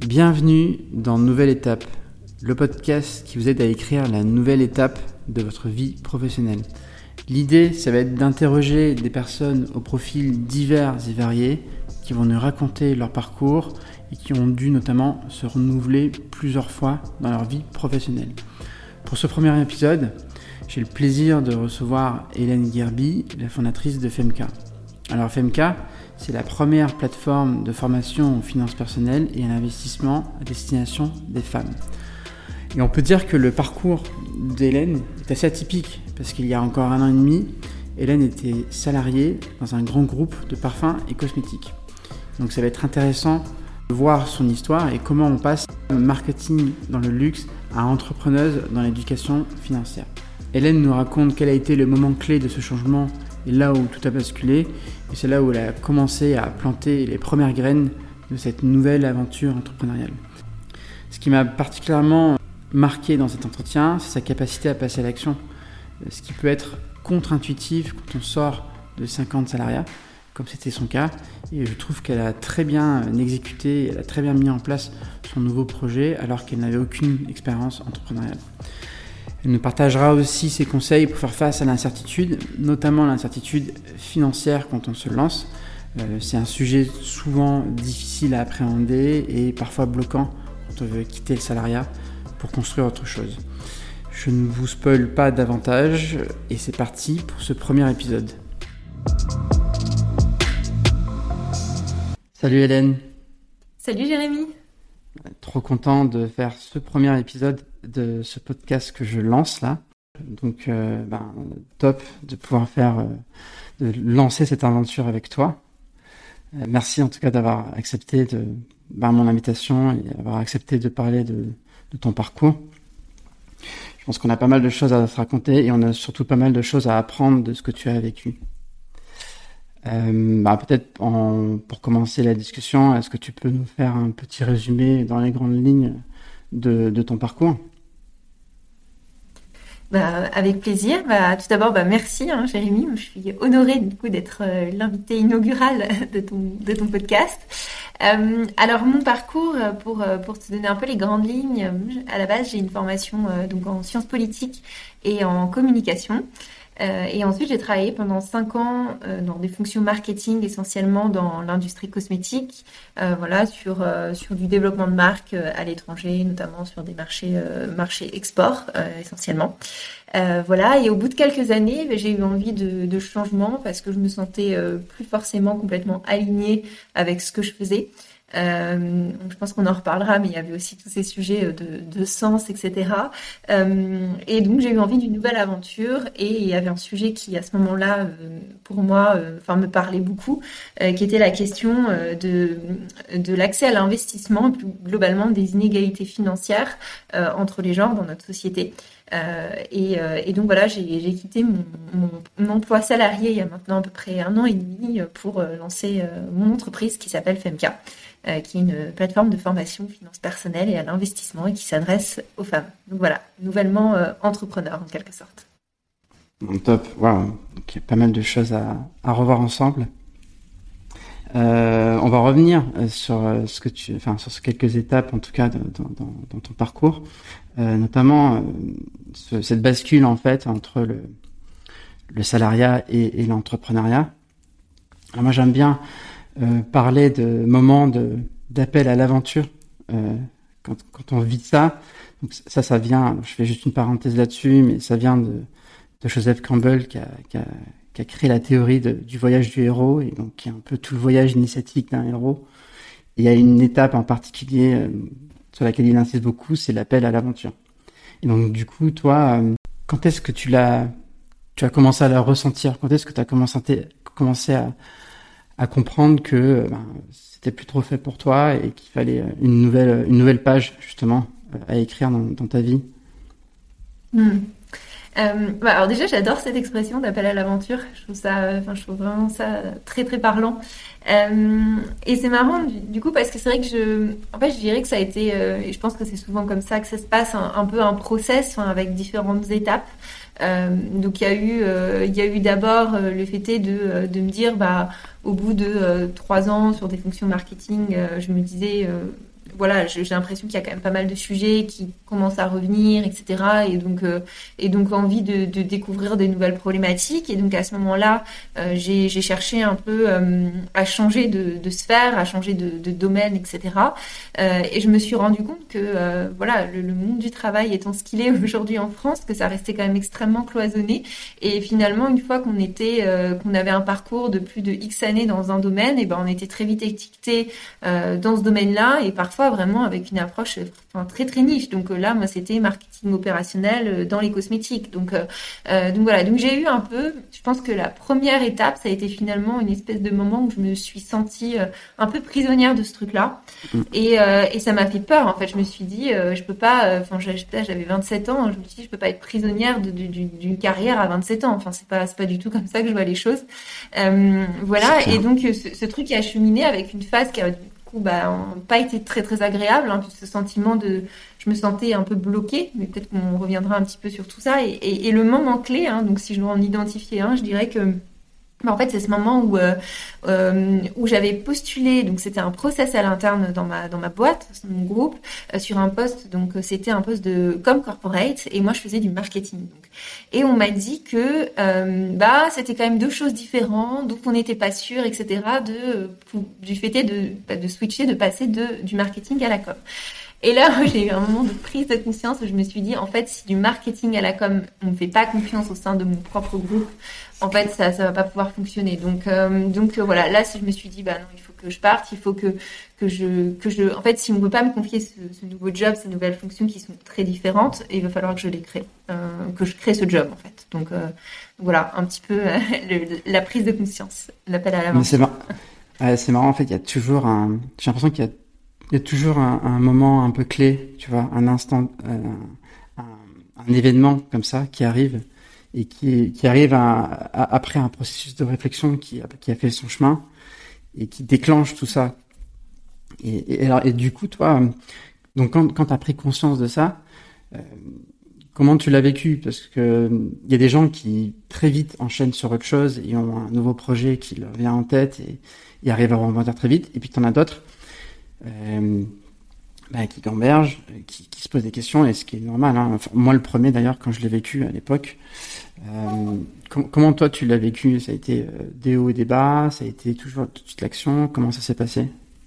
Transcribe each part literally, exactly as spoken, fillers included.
Bienvenue dans Nouvelle Étape, le podcast qui vous aide à écrire la nouvelle étape de votre vie professionnelle. L'idée, ça va être d'interroger des personnes aux profils divers et variés qui vont nous raconter leur parcours et qui ont dû notamment se renouveler plusieurs fois dans leur vie professionnelle. Pour ce premier épisode, j'ai le plaisir de recevoir Hélène Guerby, la fondatrice de Femka. Alors Femka, c'est la première plateforme de formation en finances personnelles et à l'investissement à destination des femmes. Et on peut dire que le parcours d'Hélène est assez atypique parce qu'il y a encore un an et demi, Hélène était salariée dans un grand groupe de parfums et cosmétiques. Donc ça va être intéressant de voir son histoire et comment on passe du marketing dans le luxe à entrepreneuse dans l'éducation financière. Hélène nous raconte quel a été le moment clé de ce changement et là où tout a basculé, et c'est là où elle a commencé à planter les premières graines de cette nouvelle aventure entrepreneuriale. Ce qui m'a particulièrement marqué dans cet entretien, c'est sa capacité à passer à l'action, ce qui peut être contre-intuitif quand on sort de cinquante salariats, comme c'était son cas, et je trouve qu'elle a très bien exécuté, elle a très bien mis en place son nouveau projet alors qu'elle n'avait aucune expérience entrepreneuriale. Elle nous partagera aussi ses conseils pour faire face à l'incertitude, notamment l'incertitude financière quand on se lance. Euh, c'est un sujet souvent difficile à appréhender et parfois bloquant quand on veut quitter le salariat pour construire autre chose. Je ne vous spoile pas davantage et c'est parti pour ce premier épisode. Salut Hélène. Salut Jérémy. Trop content de faire ce premier épisode de ce podcast que je lance là. Donc euh, ben, top de pouvoir faire, euh, de lancer cette aventure avec toi. Euh, merci en tout cas d'avoir accepté de, ben, mon invitation et d'avoir accepté de parler de, de ton parcours. Je pense qu'on a pas mal de choses à se raconter et on a surtout pas mal de choses à apprendre de ce que tu as vécu. Euh, bah peut-être en, pour commencer la discussion, est-ce que tu peux nous faire un petit résumé dans les grandes lignes de, de ton parcours ? Bah, avec plaisir. Bah, tout d'abord, bah, merci hein, Jérémy. Je suis honorée du coup d'être euh, l'invité inaugural de ton, de ton podcast. Euh, alors mon parcours, pour, pour te donner un peu les grandes lignes, à la base j'ai une formation euh, donc en sciences politiques et en communication. Euh, et ensuite, j'ai travaillé pendant cinq ans euh, dans des fonctions marketing, essentiellement dans l'industrie cosmétique, euh, voilà, sur euh, sur du développement de marques euh, à l'étranger, notamment sur des marchés euh, marchés export euh, essentiellement. Euh, voilà. Et au bout de quelques années, j'ai eu envie de, de changement parce que je me sentais euh, plus forcément complètement alignée avec ce que je faisais. Euh, je pense qu'on en reparlera, mais il y avait aussi tous ces sujets de, de sens, et cetera. Euh, et donc j'ai eu envie d'une nouvelle aventure, et il y avait un sujet qui, à ce moment-là, euh, pour moi, euh, enfin me parlait beaucoup, euh, qui était la question euh, de de l'accès à l'investissement, et plus globalement des inégalités financières euh, entre les genres dans notre société. Euh, et, euh, et donc voilà, j'ai, j'ai quitté mon, mon, mon emploi salarié il y a maintenant à peu près un an et demi pour euh, lancer euh, mon entreprise qui s'appelle Femka, euh, qui est une plateforme de formation aux finances personnelles et à l'investissement et qui s'adresse aux femmes. Donc voilà, nouvellement euh, entrepreneur en quelque sorte. Bon, top, waouh, donc il y a pas mal de choses à, à revoir ensemble. Euh, on va revenir sur ce que tu, enfin sur quelques étapes en tout cas dans, dans, dans ton parcours, euh, notamment euh, ce, cette bascule en fait entre le, le salariat et, et l'entrepreneuriat. Alors moi j'aime bien euh, parler de moments de d'appel à l'aventure euh, quand quand on vit ça. Donc ça ça vient, je fais juste une parenthèse là-dessus, mais ça vient de de Joseph Campbell qui a, qui a qui a créé la théorie de, du voyage du héros, et donc qui est un peu tout le voyage initiatique d'un héros. Et il y a une étape en particulier euh, sur laquelle il insiste beaucoup, c'est l'appel à l'aventure. Et donc du coup, toi, euh, quand est-ce que tu l'as, tu as commencé à la ressentir ? Quand est-ce que tu as commencé, commencé à, à comprendre que euh, ben, c'était plus trop fait pour toi et qu'il fallait une nouvelle, une nouvelle page justement euh, à écrire dans, dans ta vie ? mmh. Euh, bah alors déjà j'adore cette expression d'appel à l'aventure. Je trouve ça, enfin je trouve vraiment ça très très parlant. Euh, et c'est marrant du, du coup parce que c'est vrai que je, en fait je dirais que ça a été, euh, et je pense que c'est souvent comme ça que ça se passe, un, un peu un process, enfin, avec différentes étapes. Euh, donc il y a eu, euh, il y a eu d'abord euh, le fait de de me dire bah au bout de euh, trois ans sur des fonctions marketing, euh, je me disais euh, voilà, j'ai, j'ai l'impression qu'il y a quand même pas mal de sujets qui commencent à revenir, et cetera. Et donc, euh, et donc envie de, de découvrir des nouvelles problématiques. Et donc à ce moment-là, euh, j'ai, j'ai cherché un peu euh, à changer de, de sphère, à changer de, de domaine, et cetera. Euh, et je me suis rendu compte que euh, voilà, le, le monde du travail étant ce qu'il est aujourd'hui en France, que ça restait quand même extrêmement cloisonné. Et finalement, une fois qu'on était, euh, qu'on avait un parcours de plus de X années dans un domaine, et ben on était très vite étiqueté euh, dans ce domaine-là, et parfois vraiment avec une approche enfin, très très niche. Donc euh, là, moi, c'était marketing opérationnel dans les cosmétiques. Donc euh, euh, donc voilà. Donc j'ai eu un peu, je pense que la première étape, ça a été finalement une espèce de moment où je me suis sentie euh, un peu prisonnière de ce truc-là, mmh. et euh, et ça m'a fait peur. En fait, je me suis dit, euh, je peux pas. Enfin, euh, j'avais vingt-sept ans. Je me suis dit, je peux pas être prisonnière de, de, d'une carrière à vingt-sept ans. Enfin, c'est pas c'est pas du tout comme ça que je vois les choses. Euh, voilà. Et donc ce, ce truc a cheminé avec une phase qui a du coup bah pas été très très agréable, hein, ce sentiment de je me sentais un peu bloquée, mais peut-être qu'on reviendra un petit peu sur tout ça. Et, et, et le moment clé, hein, donc si je dois en identifier un, je dirais que en fait, c'est ce moment où euh, euh, où j'avais postulé, donc c'était un process à l'interne dans ma dans ma boîte, dans mon groupe, euh, sur un poste, donc c'était un poste de com corporate, et moi je faisais du marketing. Donc, et on m'a dit que euh, bah c'était quand même deux choses différentes, donc on n'était pas sûr, et cetera. De du fait de de switcher, de passer de du marketing à la com. Et là, j'ai eu un moment de prise de conscience où je me suis dit, en fait, si du marketing à la com, on ne fait pas confiance au sein de mon propre groupe, en fait, ça ça va pas pouvoir fonctionner. Donc, euh, donc euh, voilà, là, si je me suis dit, bah non, il faut que je parte, il faut que que je que je, en fait, si on ne veut pas me confier ce, ce nouveau job, ces nouvelles fonctions qui sont très différentes, il va falloir que je les crée, euh, que je crée ce job, en fait. Donc euh, voilà, un petit peu euh, le, la prise de conscience, l'appel à l'aventure. C'est marrant. Ouais, c'est marrant. En fait, il y a toujours un. J'ai l'impression qu'il y a Il y a toujours un, un moment un peu clé, tu vois, un instant, euh, un, un événement comme ça qui arrive et qui, qui arrive à, à, après un processus de réflexion qui a, qui a fait son chemin et qui déclenche tout ça. Et, et, alors, et du coup, toi, donc quand, quand tu as pris conscience de ça, euh, comment tu l'as vécu? Parce que il y a des gens qui très vite enchaînent sur autre chose et ont un nouveau projet qui leur vient en tête et ils arrivent à rebondir très vite. Et puis tu en as d'autres Euh, bah, qui gamberge, qui, qui se pose des questions, et ce qui est normal, hein. Enfin, moi le premier d'ailleurs quand je l'ai vécu à l'époque. Euh, com- comment toi tu l'as vécu? Ça a été euh, des hauts et des bas, ça a été toujours tout de suite l'action, comment ça s'est passé?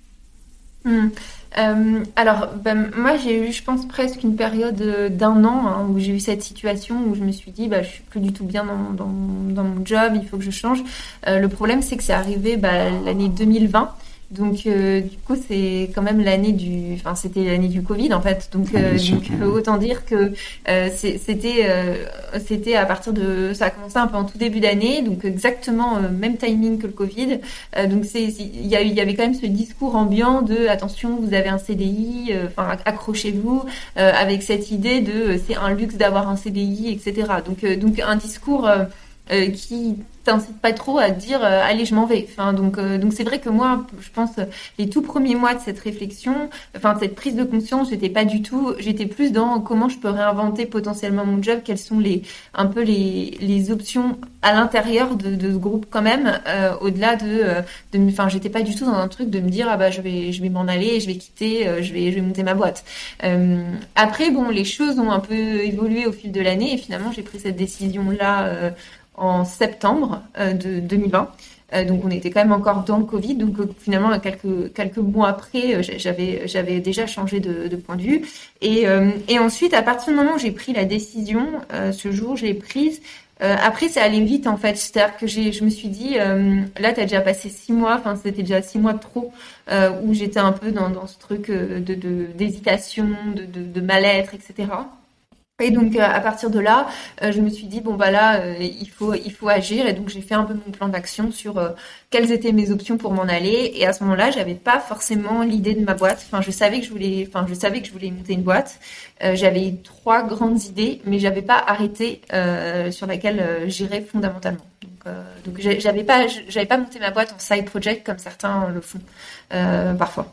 Mmh. Euh, alors, ben, moi, j'ai eu, je pense, presque une période d'un an hein, où j'ai eu cette situation où je me suis dit, bah, je suis plus du tout bien dans, dans, dans mon job, il faut que je change. Euh, le problème, c'est que c'est arrivé bah, l'année deux mille vingt. Donc euh, du coup c'est quand même l'année du, enfin c'était l'année du Covid en fait. Donc, euh, sûr, donc euh, autant dire que euh, c'est, c'était euh, c'était à partir de, ça a commencé un peu en tout début d'année, donc exactement euh, même timing que le Covid. Euh, donc c'est, il y a il y avait quand même ce discours ambiant de attention vous avez un C D I, enfin euh, accrochez-vous euh, avec cette idée de euh, c'est un luxe d'avoir un C D I et cetera. Donc euh, donc un discours euh, euh, qui t'incite pas trop à dire euh, allez je m'en vais. Enfin donc euh, donc c'est vrai que moi je pense les tout premiers mois de cette réflexion, enfin de cette prise de conscience, j'étais pas du tout, j'étais plus dans comment je peux réinventer potentiellement mon job, quelles sont les un peu les les options à l'intérieur de, de ce groupe quand même euh, au-delà de euh, de enfin j'étais pas du tout dans un truc de me dire ah bah je vais je vais m'en aller, je vais quitter, euh, je vais je vais monter ma boîte. Euh, après bon les choses ont un peu évolué au fil de l'année et finalement j'ai pris cette décision là euh, en septembre euh, de deux mille vingt. Euh, donc on était quand même encore dans le Covid. Donc euh, finalement quelques quelques mois après, euh, j'avais j'avais déjà changé de, de point de vue. Et euh, et ensuite à partir du moment où j'ai pris la décision, euh, ce jour je l'ai prise. Euh, après c'est allé vite en fait. C'est-à-dire que j'ai je me suis dit euh, là t'as déjà passé six mois. Enfin c'était déjà six mois de trop euh, où j'étais un peu dans dans ce truc euh, de, de d'hésitation, de, de de mal-être, et cetera. Et donc à partir de là, euh, je me suis dit bon bah là euh, il faut il faut agir et donc j'ai fait un peu mon plan d'action sur euh, quelles étaient mes options pour m'en aller et à ce moment-là j'avais pas forcément l'idée de ma boîte. Enfin je savais que je voulais enfin je savais que je voulais monter une boîte. Euh, j'avais trois grandes idées mais j'avais pas arrêté euh, sur laquelle euh, j'irais fondamentalement. Donc euh, donc j'avais pas j'avais pas monté ma boîte en side project comme certains le font euh, parfois.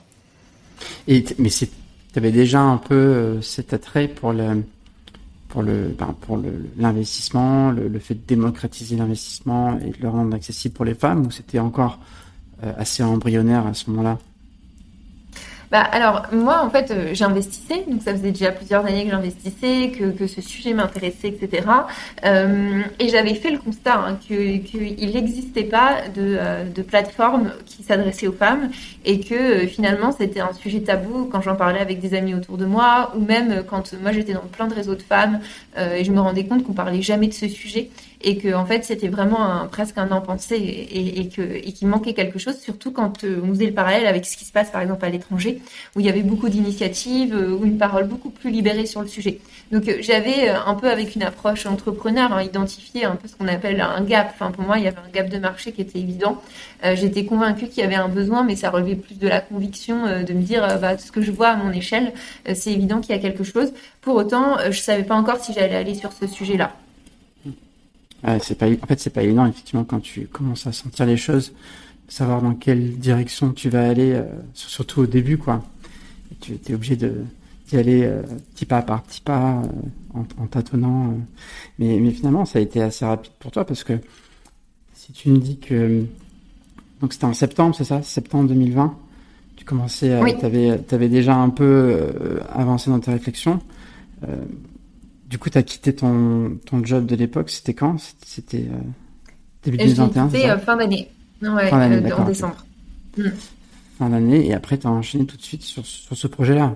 Et t- mais c'est t'avais déjà un peu euh, cet attrait pour le pour le ben, pour le, l'investissement, le, le fait de démocratiser l'investissement et de le rendre accessible pour les femmes, ou c'était encore euh, assez embryonnaire à ce moment-là? Bah alors moi en fait euh, j'investissais, donc ça faisait déjà plusieurs années que j'investissais, que, que ce sujet m'intéressait, et cetera. Euh, et j'avais fait le constat hein, que qu'il n'existait pas de, euh, de plateforme qui s'adressait aux femmes et que euh, finalement c'était un sujet tabou quand j'en parlais avec des amis autour de moi ou même quand moi j'étais dans plein de réseaux de femmes euh, et je me rendais compte qu'on parlait jamais de ce sujet. Et que en fait c'était vraiment un, presque un impensé et, et, et que et qu'il manquait quelque chose, surtout quand euh, on faisait le parallèle avec ce qui se passe par exemple à l'étranger où il y avait beaucoup d'initiatives euh, ou une parole beaucoup plus libérée sur le sujet. Donc euh, j'avais euh, un peu avec une approche entrepreneur hein, identifié un peu ce qu'on appelle un gap. Enfin pour moi il y avait un gap de marché qui était évident. Euh, j'étais convaincue qu'il y avait un besoin, mais ça relevait plus de la conviction euh, de me dire euh, bah ce que je vois à mon échelle, euh, c'est évident qu'il y a quelque chose. Pour autant euh, je savais pas encore si j'allais aller sur ce sujet-là. Ouais, c'est pas, en fait, c'est pas évident, effectivement, quand tu commences à sentir les choses, savoir dans quelle direction tu vas aller, euh, surtout au début, quoi. Et tu es obligé de, d'y aller euh, petit pas par petit pas, euh, en, en tâtonnant. Euh. Mais, mais finalement, ça a été assez rapide pour toi, parce que si tu me dis que, donc c'était en septembre, c'est ça? Septembre deux mille vingt? Tu commençais à, Oui. t'avais, t'avais déjà un peu euh, avancé dans tes réflexions. Euh, Du coup, tu as quitté ton, ton job de l'époque, c'était quand? C'était euh, début deux mille vingt et un, C'était c'est ça? euh, fin d'année. Ouais, Fin d'année, euh, d'accord. en décembre. Okay. Mm. Fin d'année, et après, tu as enchaîné tout de suite sur, sur ce projet-là.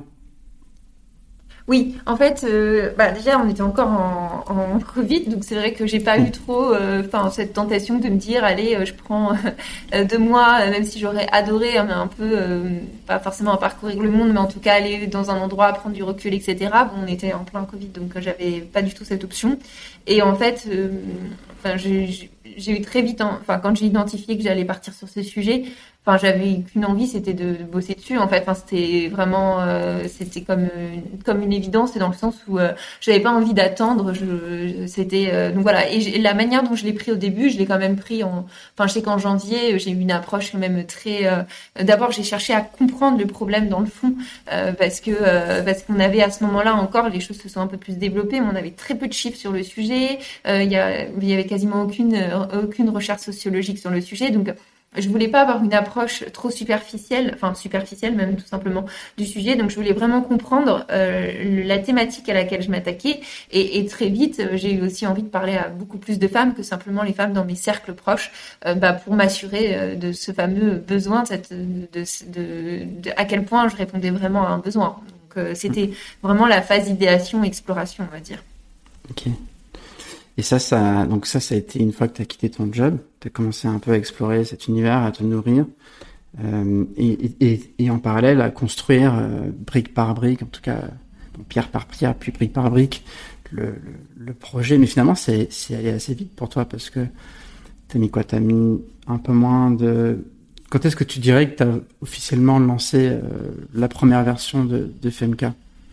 Oui, en fait, euh, bah déjà on était encore en, en Covid, donc c'est vrai que j'ai pas eu trop, enfin euh, cette tentation de me dire allez, euh, je prends euh, deux mois, euh, même si j'aurais adoré hein, un peu, euh, pas forcément parcourir le monde, mais en tout cas aller dans un endroit, prendre du recul, et cetera. Bon, on était en plein Covid, donc euh, j'avais pas du tout cette option. Et en fait, enfin euh, j'ai, j'ai eu très vite, enfin quand j'ai identifié que j'allais partir sur ce sujet. Enfin, j'avais qu'une envie, c'était de, de bosser dessus. En fait, enfin, c'était vraiment, euh, c'était comme une, comme une évidence, et dans le sens où euh, j'avais pas envie d'attendre. Je, je c'était euh, donc voilà. Et la manière dont je l'ai pris au début, je l'ai quand même pris en. Enfin, je sais qu'en janvier, j'ai eu une approche quand même très. Euh, d'abord, j'ai cherché à comprendre le problème dans le fond, euh, parce que euh, parce qu'on avait à ce moment-là encore, les choses se sont un peu plus développées, mais on avait très peu de chiffres sur le sujet. Euh, il y a, il y avait quasiment aucune euh, aucune recherche sociologique sur le sujet, donc. Je voulais pas avoir une approche trop superficielle, enfin superficielle même tout simplement du sujet. Donc je voulais vraiment comprendre euh, la thématique à laquelle je m'attaquais. Et, et très vite, j'ai eu aussi envie de parler à beaucoup plus de femmes que simplement les femmes dans mes cercles proches, euh, bah, pour m'assurer euh, de ce fameux besoin, de, cette, de, de, de, à quel point je répondais vraiment à un besoin. Donc euh, c'était vraiment la phase idéation, exploration, on va dire. Ok. Et ça, ça, donc ça, ça a été une fois que tu as quitté ton job, tu as commencé un peu à explorer cet univers, à te nourrir, euh, et, et, et en parallèle à construire euh, brique par brique, en tout cas donc pierre par pierre, puis brique par brique, le, le, le projet. Mais finalement, c'est, c'est allé assez vite pour toi parce que t'as mis quoi? T'as mis un peu moins de. Quand est-ce que tu dirais que tu as officiellement lancé euh, la première version de, de F M K?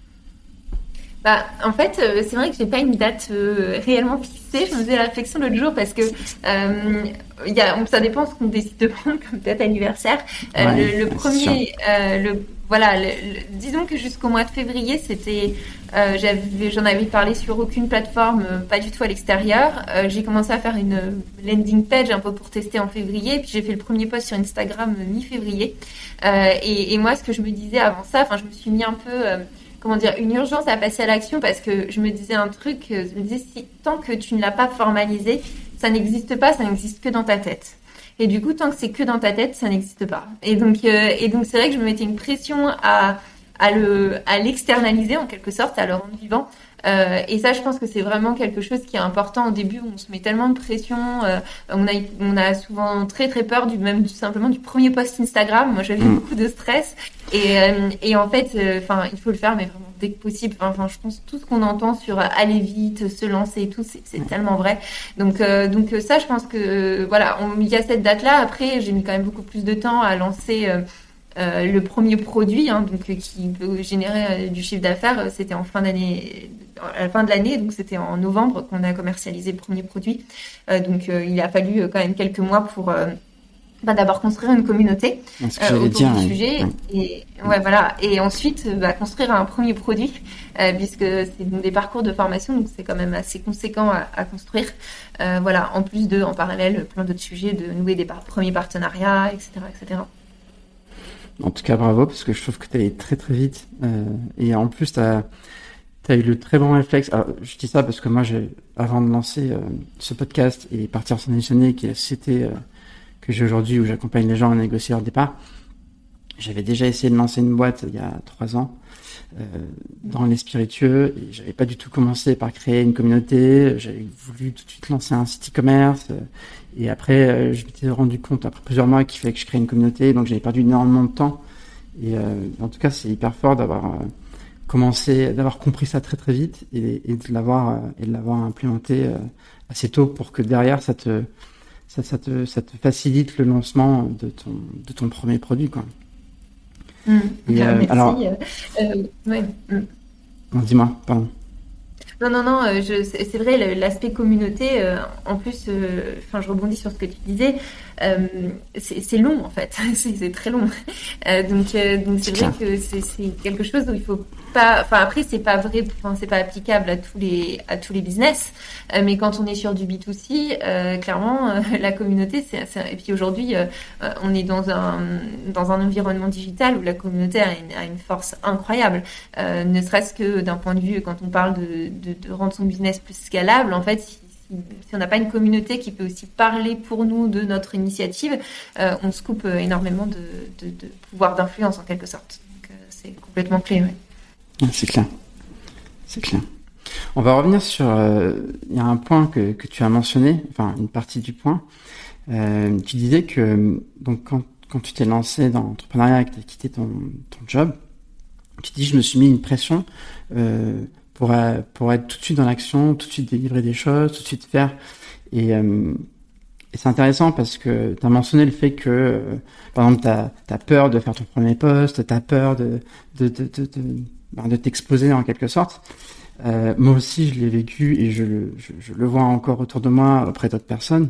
Bah, en fait, euh, c'est vrai que j'ai pas une date euh, réellement fixée. Je me faisais la réflexion l'autre jour parce que euh, y a, on, ça dépend ce qu'on décide de prendre comme date anniversaire. Euh, ouais, le, le premier, euh, le voilà, le, le, disons que jusqu'au mois de février, c'était, euh, j'avais, j'en avais parlé sur aucune plateforme, euh, pas du tout à l'extérieur. Euh, j'ai commencé à faire une landing page un peu pour tester en février, puis j'ai fait le premier post sur Instagram euh, mi-février. Euh, et, et moi, ce que je me disais avant ça, enfin, je me suis mis un peu euh, comment dire, une urgence à passer à l'action parce que je me disais un truc, je me disais si tant que tu ne l'as pas formalisé, ça n'existe pas, ça n'existe que dans ta tête. Et du coup, tant que c'est que dans ta tête, ça n'existe pas. Et donc, euh, et donc c'est vrai que je me mettais une pression à à le à l'externaliser en quelque sorte, à le rendre vivant. Euh, et ça, je pense que c'est vraiment quelque chose qui est important au début. Où on se met tellement de pression, euh, on a on a souvent très très peur du même du, simplement du premier post Instagram. Moi, j'avais mmh. beaucoup de stress et euh, et en fait, enfin, euh, il faut le faire, mais vraiment dès que possible. Enfin, je pense tout ce qu'on entend sur aller vite, se lancer, et tout, c'est, c'est tellement vrai. Donc euh, donc ça, je pense que euh, voilà, il y a cette date-là. Après, j'ai mis quand même beaucoup plus de temps à lancer. Euh, Euh, le premier produit, hein, donc euh, qui peut générer euh, du chiffre d'affaires, euh, c'était en fin d'année, à la fin de l'année, donc c'était en novembre qu'on a commercialisé le premier produit. Euh, donc euh, il a fallu euh, quand même quelques mois pour euh, bah, d'abord construire une communauté euh, autour dire, du ouais. sujet, ouais. et ouais voilà, et ensuite bah, construire un premier produit, euh, puisque c'est donc des parcours de formation, donc c'est quand même assez conséquent à, à construire. Euh, voilà, en plus de, en parallèle, plein d'autres sujets, de nouer des par- premiers partenariats, et cetera, et cetera. En tout cas, bravo, parce que je trouve que tu es allé très très vite. Euh, et en plus, tu as eu le très bon réflexe. Alors, je dis ça parce que moi, j'ai, avant de lancer euh, ce podcast et partir sans démissionner, qui est la société euh, que j'ai aujourd'hui, où j'accompagne les gens à négocier leur départ, j'avais déjà essayé de lancer une boîte il y a trois ans euh, dans les spiritueux, et j'avais pas du tout commencé par créer une communauté. J'avais voulu tout de suite lancer un site e-commerce, euh, et après euh, je m'étais rendu compte après plusieurs mois qu'il fallait que je crée une communauté, donc j'avais perdu énormément de temps. Et euh, en tout cas, c'est hyper fort d'avoir euh, commencé, d'avoir compris ça très très vite, et, et de l'avoir euh, et de l'avoir implémenté euh, assez tôt pour que derrière ça te ça, ça te ça te facilite le lancement de ton de ton premier produit, quoi. Mmh. Et, ah, euh, merci. alors, euh, ouais. mmh. non, dis-moi, pardon. Non, non, non, euh, je, c'est, c'est vrai, le- l'aspect communauté, euh, en plus, euh, enfin, je rebondis sur ce que tu disais, euh, c'est, c'est long, en fait, c'est, c'est très long. Euh, donc, euh, donc c'est, C'est vrai clair. que c'est, c'est quelque chose où il faut pas, enfin, après, c'est pas vrai, enfin, c'est pas applicable à tous les, à tous les business, euh, mais quand on est sur du B deux C, euh, clairement, euh, la communauté, c'est, c'est, et puis aujourd'hui, euh, euh, on est dans un, dans un environnement digital où la communauté a une, a une force incroyable. Euh, ne serait-ce que d'un point de vue, quand on parle de, de, de rendre son business plus scalable, en fait, si, si, si on n'a pas une communauté qui peut aussi parler pour nous de notre initiative, euh, on se coupe énormément de, de, de pouvoir d'influence en quelque sorte. Donc, euh, c'est complètement clé, ouais. C'est clair, c'est clair. On va revenir sur, euh, il y a un point que, que tu as mentionné, enfin une partie du point. Euh, tu disais que donc quand, quand tu t'es lancé dans l'entrepreneuriat, que tu as quitté ton, ton job, tu dis je me suis mis une pression euh, pour, euh, pour être tout de suite dans l'action, tout de suite délivrer des choses, tout de suite faire. Et, euh, et c'est intéressant parce que tu as mentionné le fait que, euh, par exemple, tu as peur de faire ton premier post, tu as peur de, de, de, de, de, ben, de t'exposer en quelque sorte. Euh, moi aussi, je l'ai vécu et je, je, je le vois encore autour de moi auprès d'autres personnes.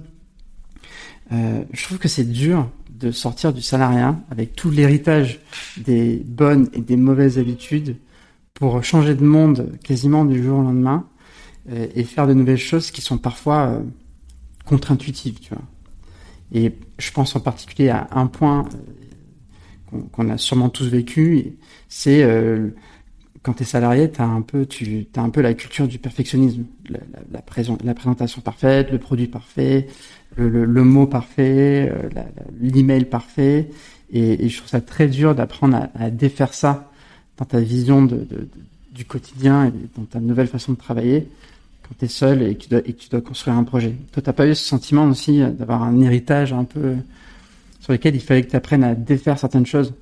Euh, je trouve que c'est dur de sortir du salariat avec tout l'héritage des bonnes et des mauvaises habitudes pour changer de monde quasiment du jour au lendemain euh, et faire de nouvelles choses qui sont parfois euh, contre-intuitives, tu vois. Et je pense en particulier à un point euh, qu'on, qu'on a sûrement tous vécu, c'est euh, quand t'es salarié, t'as un peu, tu, t'as un peu la culture du perfectionnisme, la, la, la, présent, la présentation parfaite, le produit parfait, le, le, le mot parfait, euh, la, la, l'email parfait, et, et je trouve ça très dur d'apprendre à, à défaire ça dans ta vision de, de, de, du quotidien et dans ta nouvelle façon de travailler quand t'es seul et que tu dois, et que tu dois construire un projet. Toi, t'as pas eu ce sentiment aussi d'avoir un héritage un peu sur lequel il fallait que tu apprennes à défaire certaines choses?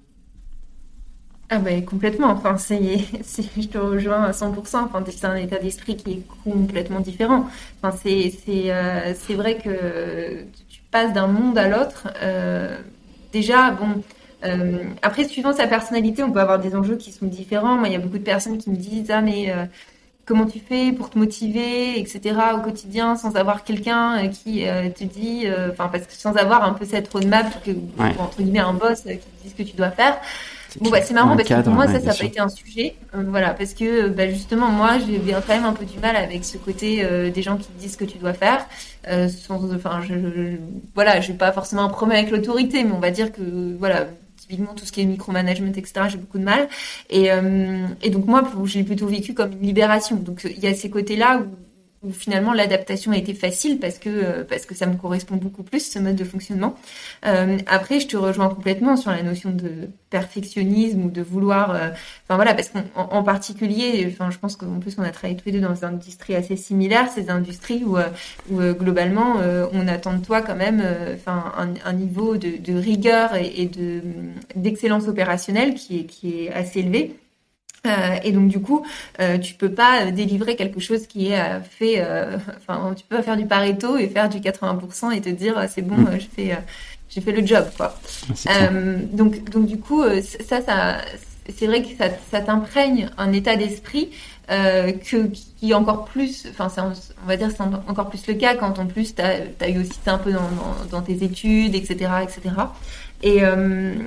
Ah ben complètement, enfin c'est, c'est, je te rejoins à cent pour cent, enfin c'est un état d'esprit qui est complètement différent. Enfin c'est, c'est, euh, c'est vrai que tu passes d'un monde à l'autre. Euh, déjà, bon, euh, après suivant sa personnalité, on peut avoir des enjeux qui sont différents. Moi, il y a beaucoup de personnes qui me disent ah mais euh, comment tu fais pour te motiver, et cetera au quotidien sans avoir quelqu'un qui euh, te dit, enfin euh, parce que sans avoir un peu cette roadmap, que, ouais. entre guillemets un boss qui te dit ce que tu dois faire. Bon bah c'est marrant parce cadre, que pour moi ouais, ça ça n'a pas été un sujet, euh, voilà parce que bah, justement moi j'ai quand même un peu du mal avec ce côté euh, des gens qui te disent ce que tu dois faire, euh, sans, enfin je, je voilà j'ai pas forcément un problème avec l'autorité, mais on va dire que voilà typiquement tout ce qui est micromanagement et cetera j'ai beaucoup de mal et euh, et donc moi je l'ai plutôt vécu comme une libération, donc il y a ces côtés là où où finalement l'adaptation a été facile parce que euh, parce que ça me correspond beaucoup plus ce mode de fonctionnement. Euh, après, je te rejoins complètement sur la notion de perfectionnisme ou de vouloir. Euh, enfin voilà, parce qu'en en particulier, enfin je pense qu'en plus on a travaillé tous les deux dans des industries assez similaires, ces industries où, où euh, globalement euh, on attend de toi quand même, enfin euh, un, un niveau de, de rigueur et, et de d'excellence opérationnelle qui est qui est assez élevé. Euh, et donc du coup, euh, tu peux pas délivrer quelque chose qui est euh, fait. Euh, enfin, tu peux pas faire du Pareto et faire du quatre-vingts pour cent et te dire c'est bon, euh, j'ai fait, euh, j'ai fait le job, quoi. Euh, donc, donc du coup, ça, ça, c'est vrai que ça, ça t'imprègne un état d'esprit euh, que qui est encore plus. Enfin, c'est, on va dire, c'est encore plus le cas quand en plus t'as, t'as eu aussi ça un peu dans, dans, dans tes études, et cetera, et cetera. Et euh,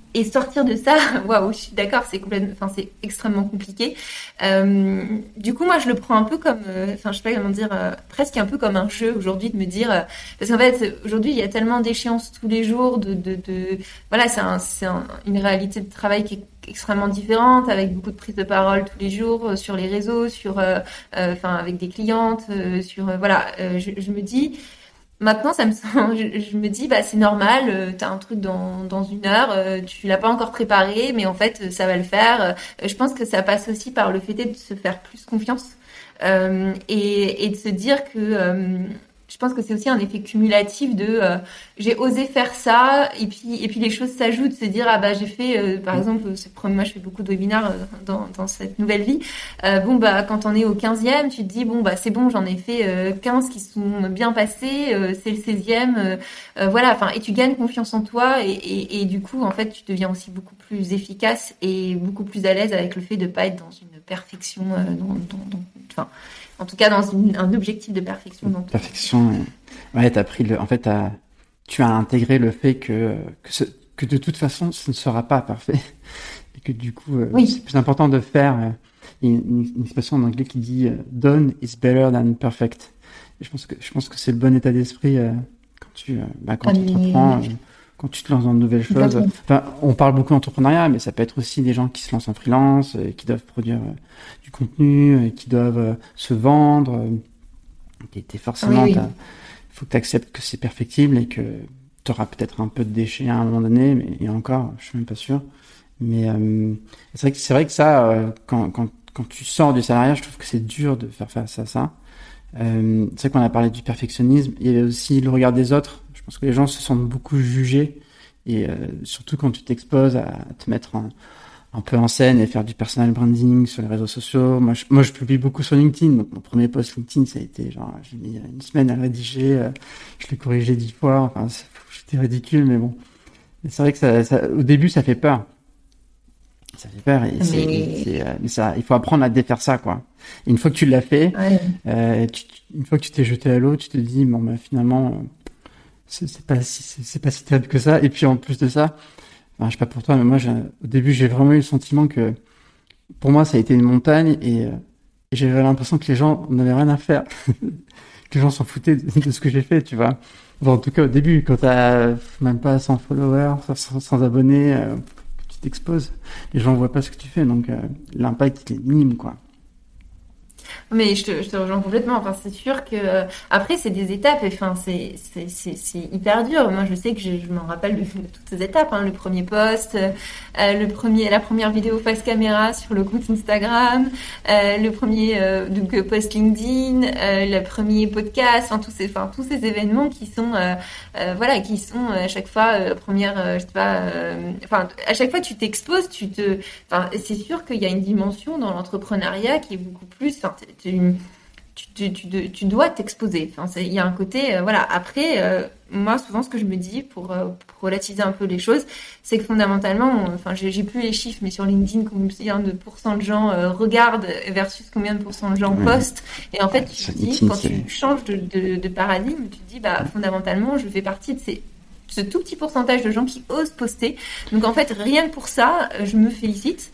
et sortir de ça, waouh, je suis d'accord, c'est complètement, enfin c'est extrêmement compliqué. Euh, du coup, moi, je le prends un peu comme, euh, enfin, je sais pas comment dire, euh, presque un peu comme un jeu aujourd'hui de me dire, euh, parce qu'en fait, aujourd'hui, il y a tellement d'échéances tous les jours, de, de, de, voilà, c'est un, c'est un, une réalité de travail qui est extrêmement différente, avec beaucoup de prises de parole tous les jours euh, sur les réseaux, sur, euh, euh, enfin, avec des clientes, euh, sur, euh, voilà, euh, je, je me dis. Maintenant, ça me semble, je, je me dis, bah, c'est normal, euh, t'as un truc dans, dans une heure, euh, tu l'as pas encore préparé, mais en fait, euh, ça va le faire. Euh, je pense que ça passe aussi par le fait de se faire plus confiance, euh, et, et de se dire que, euh, je pense que c'est aussi un effet cumulatif de, euh, j'ai osé faire ça, et puis, et puis les choses s'ajoutent, se dire, ah bah, j'ai fait, euh, par exemple, ce premier, moi, je fais beaucoup de webinaires euh, dans, dans cette nouvelle vie. Euh, bon, bah, quand on est au quinzième, tu te dis, bon, bah, c'est bon, j'en ai fait euh, quinze qui sont bien passés, euh, c'est le seizième, euh, euh, voilà, enfin, et tu gagnes confiance en toi, et, et, et du coup, en fait, tu deviens aussi beaucoup plus efficace et beaucoup plus à l'aise avec le fait de pas être dans une perfection, euh, dans, dans, dans, enfin, en tout cas, dans une, un objectif de perfection. Donc, perfection. Ouais, t'as pris le, en fait, t'as, tu as intégré le fait que, que, ce, que de toute façon, ce ne sera pas parfait. Et que du coup, euh, oui. c'est plus important de faire. Euh, il y a une, une expression en anglais qui dit euh, done is better than perfect. Et je pense que, je pense que c'est le bon état d'esprit euh, quand tu, euh, bah, quand tu entreprends, euh, quand tu te lances dans de nouvelles choses. Enfin, on parle beaucoup d'entrepreneuriat, mais ça peut être aussi des gens qui se lancent en freelance, et qui doivent produire euh, du contenu, et qui doivent euh, se vendre. Euh, et forcément, il oui, oui. faut que tu acceptes que c'est perfectible et que tu auras peut-être un peu de déchets à un moment donné, mais et encore, je suis même pas sûr. Mais euh, c'est vrai que c'est vrai que ça, euh, quand, quand quand tu sors du salariat, je trouve que c'est dur de faire face à ça. Euh, c'est vrai qu'on a parlé du perfectionnisme. Il y avait aussi le regard des autres. Je pense que les gens se sentent beaucoup jugés, et euh, surtout quand tu t'exposes à te mettre en, un peu en scène et faire du personal branding sur les réseaux sociaux. Moi, je, moi, je publie beaucoup sur LinkedIn. Donc, mon premier post LinkedIn, ça a été genre, j'ai mis une semaine à le rédiger. Euh, je l'ai corrigé dix fois. Enfin, c'était ridicule, mais bon. Et c'est vrai que ça, ça, au début, ça fait peur. Ça fait peur. Et c'est, mais... c'est, euh, mais ça, il faut apprendre à défaire ça, quoi. Et une fois que tu l'as fait, ouais. euh, tu, une fois que tu t'es jeté à l'eau, tu te dis, bon, bah, finalement, c'est, c'est pas si, c'est, c'est pas si terrible que ça. Et puis, en plus de ça, enfin, je sais pas pour toi, mais moi, j'ai, au début, j'ai vraiment eu le sentiment que, pour moi, ça a été une montagne, et, euh, et j'avais l'impression que les gens n'avaient rien à faire. Que les gens s'en foutaient de, de ce que j'ai fait, tu vois. Bon, en tout cas, au début, quand t'as même pas cent followers, cent, cent abonnés, euh, tu t'exposes. Les gens voient pas ce que tu fais, donc, euh, l'impact, il est minime, quoi. Mais je te, je te rejoins complètement. Enfin, c'est sûr que euh, après c'est des étapes. Enfin, c'est c'est c'est c'est hyper dur. Moi, je sais que je, je m'en rappelle de, de toutes ces étapes. Hein. Le premier post, euh, le premier, la première vidéo face caméra sur le compte Instagram, euh, le premier euh, donc post LinkedIn, euh, le premier podcast. Enfin, tous ces, enfin tous ces événements qui sont, euh, euh, voilà, qui sont à chaque fois euh, première, euh, je sais pas. Euh, enfin, à chaque fois tu t'exposes, tu te. Enfin, c'est sûr qu'il y a une dimension dans l'entrepreneuriat qui est beaucoup plus. Enfin, Tu, tu, tu, tu dois t'exposer. Enfin, il y a un côté, euh, voilà. Après, euh, moi, souvent, ce que je me dis pour, euh, pour relativiser un peu les choses, c'est que fondamentalement, on, enfin, j'ai, j'ai plus les chiffres, mais sur LinkedIn, combien de pourcents de gens euh, regardent versus combien de pourcents de gens mmh. postent. Et en fait, tu te dis, quand tu changes de, de, de paradigme, tu te dis, bah, fondamentalement, je fais partie de ces ce tout petit pourcentage de gens qui osent poster. Donc en fait, rien que pour ça, je me félicite.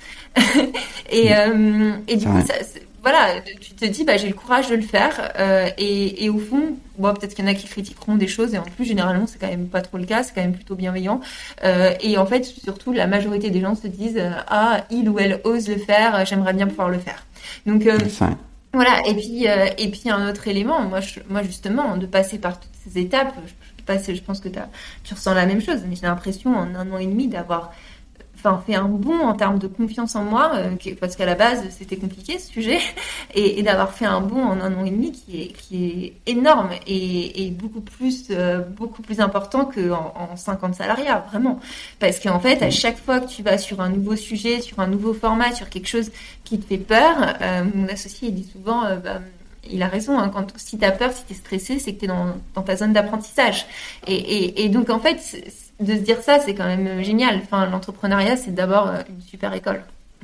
et, euh, et du coup, ça, voilà, tu te dis, bah, j'ai le courage de le faire. Euh, et, et au fond, bon, peut-être qu'il y en a qui critiqueront des choses, et en plus, généralement, c'est quand même pas trop le cas, c'est quand même plutôt bienveillant. Euh, et en fait, surtout, la majorité des gens se disent, ah, il ou elle ose le faire, j'aimerais bien pouvoir le faire. Donc, euh, voilà. Et puis, euh, et puis un autre élément, moi, je, moi justement, de passer par toutes ces étapes, je, je pense que t'as, tu ressens la même chose, mais j'ai l'impression en un an et demi d'avoir enfin, fait un bond en termes de confiance en moi, euh, parce qu'à la base c'était compliqué ce sujet, et, et d'avoir fait un bond en un an et demi qui est, qui est énorme et, et beaucoup plus euh, beaucoup plus important qu'en en cinquante salariats, vraiment. Parce qu'en fait, à chaque fois que tu vas sur un nouveau sujet, sur un nouveau format, sur quelque chose qui te fait peur, euh, mon associé il dit souvent... Euh, bah, il a raison, hein, quand, si tu as peur, si tu es stressé, c'est que tu es dans, dans ta zone d'apprentissage. Et, et, et donc, en fait, de se dire ça, c'est quand même génial. Enfin, l'entrepreneuriat, c'est d'abord une super école.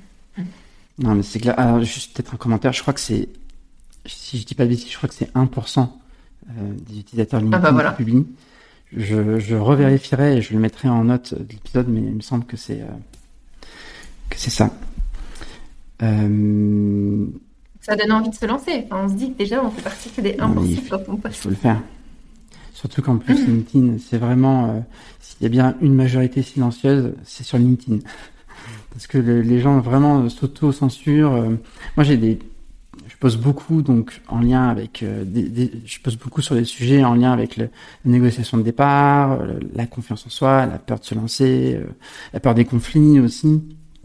Non, mais c'est clair. Alors, juste peut-être un commentaire. Je crois que c'est, si je dis pas de bêtises, je crois que c'est un pour cent euh, des utilisateurs LinkedIn ah bah voilà. qui publient. je, je revérifierai et je le mettrai en note de l'épisode, mais il me semble que c'est, euh, que c'est ça. Euh... Ça donne envie de se lancer. Enfin, on se dit que déjà, on fait partie que des un pour cent quand on poste. Il faut le faire. Surtout qu'en plus, mmh. LinkedIn, c'est vraiment... Euh, s'il y a bien une majorité silencieuse, c'est sur LinkedIn. Parce que le, les gens vraiment s'auto-censurent. Euh, moi, j'ai des... Je poste beaucoup donc en lien avec... Euh, des, des, je poste beaucoup sur des sujets en lien avec le, la négociation de départ, le, la confiance en soi, la peur de se lancer, euh, la peur des conflits aussi.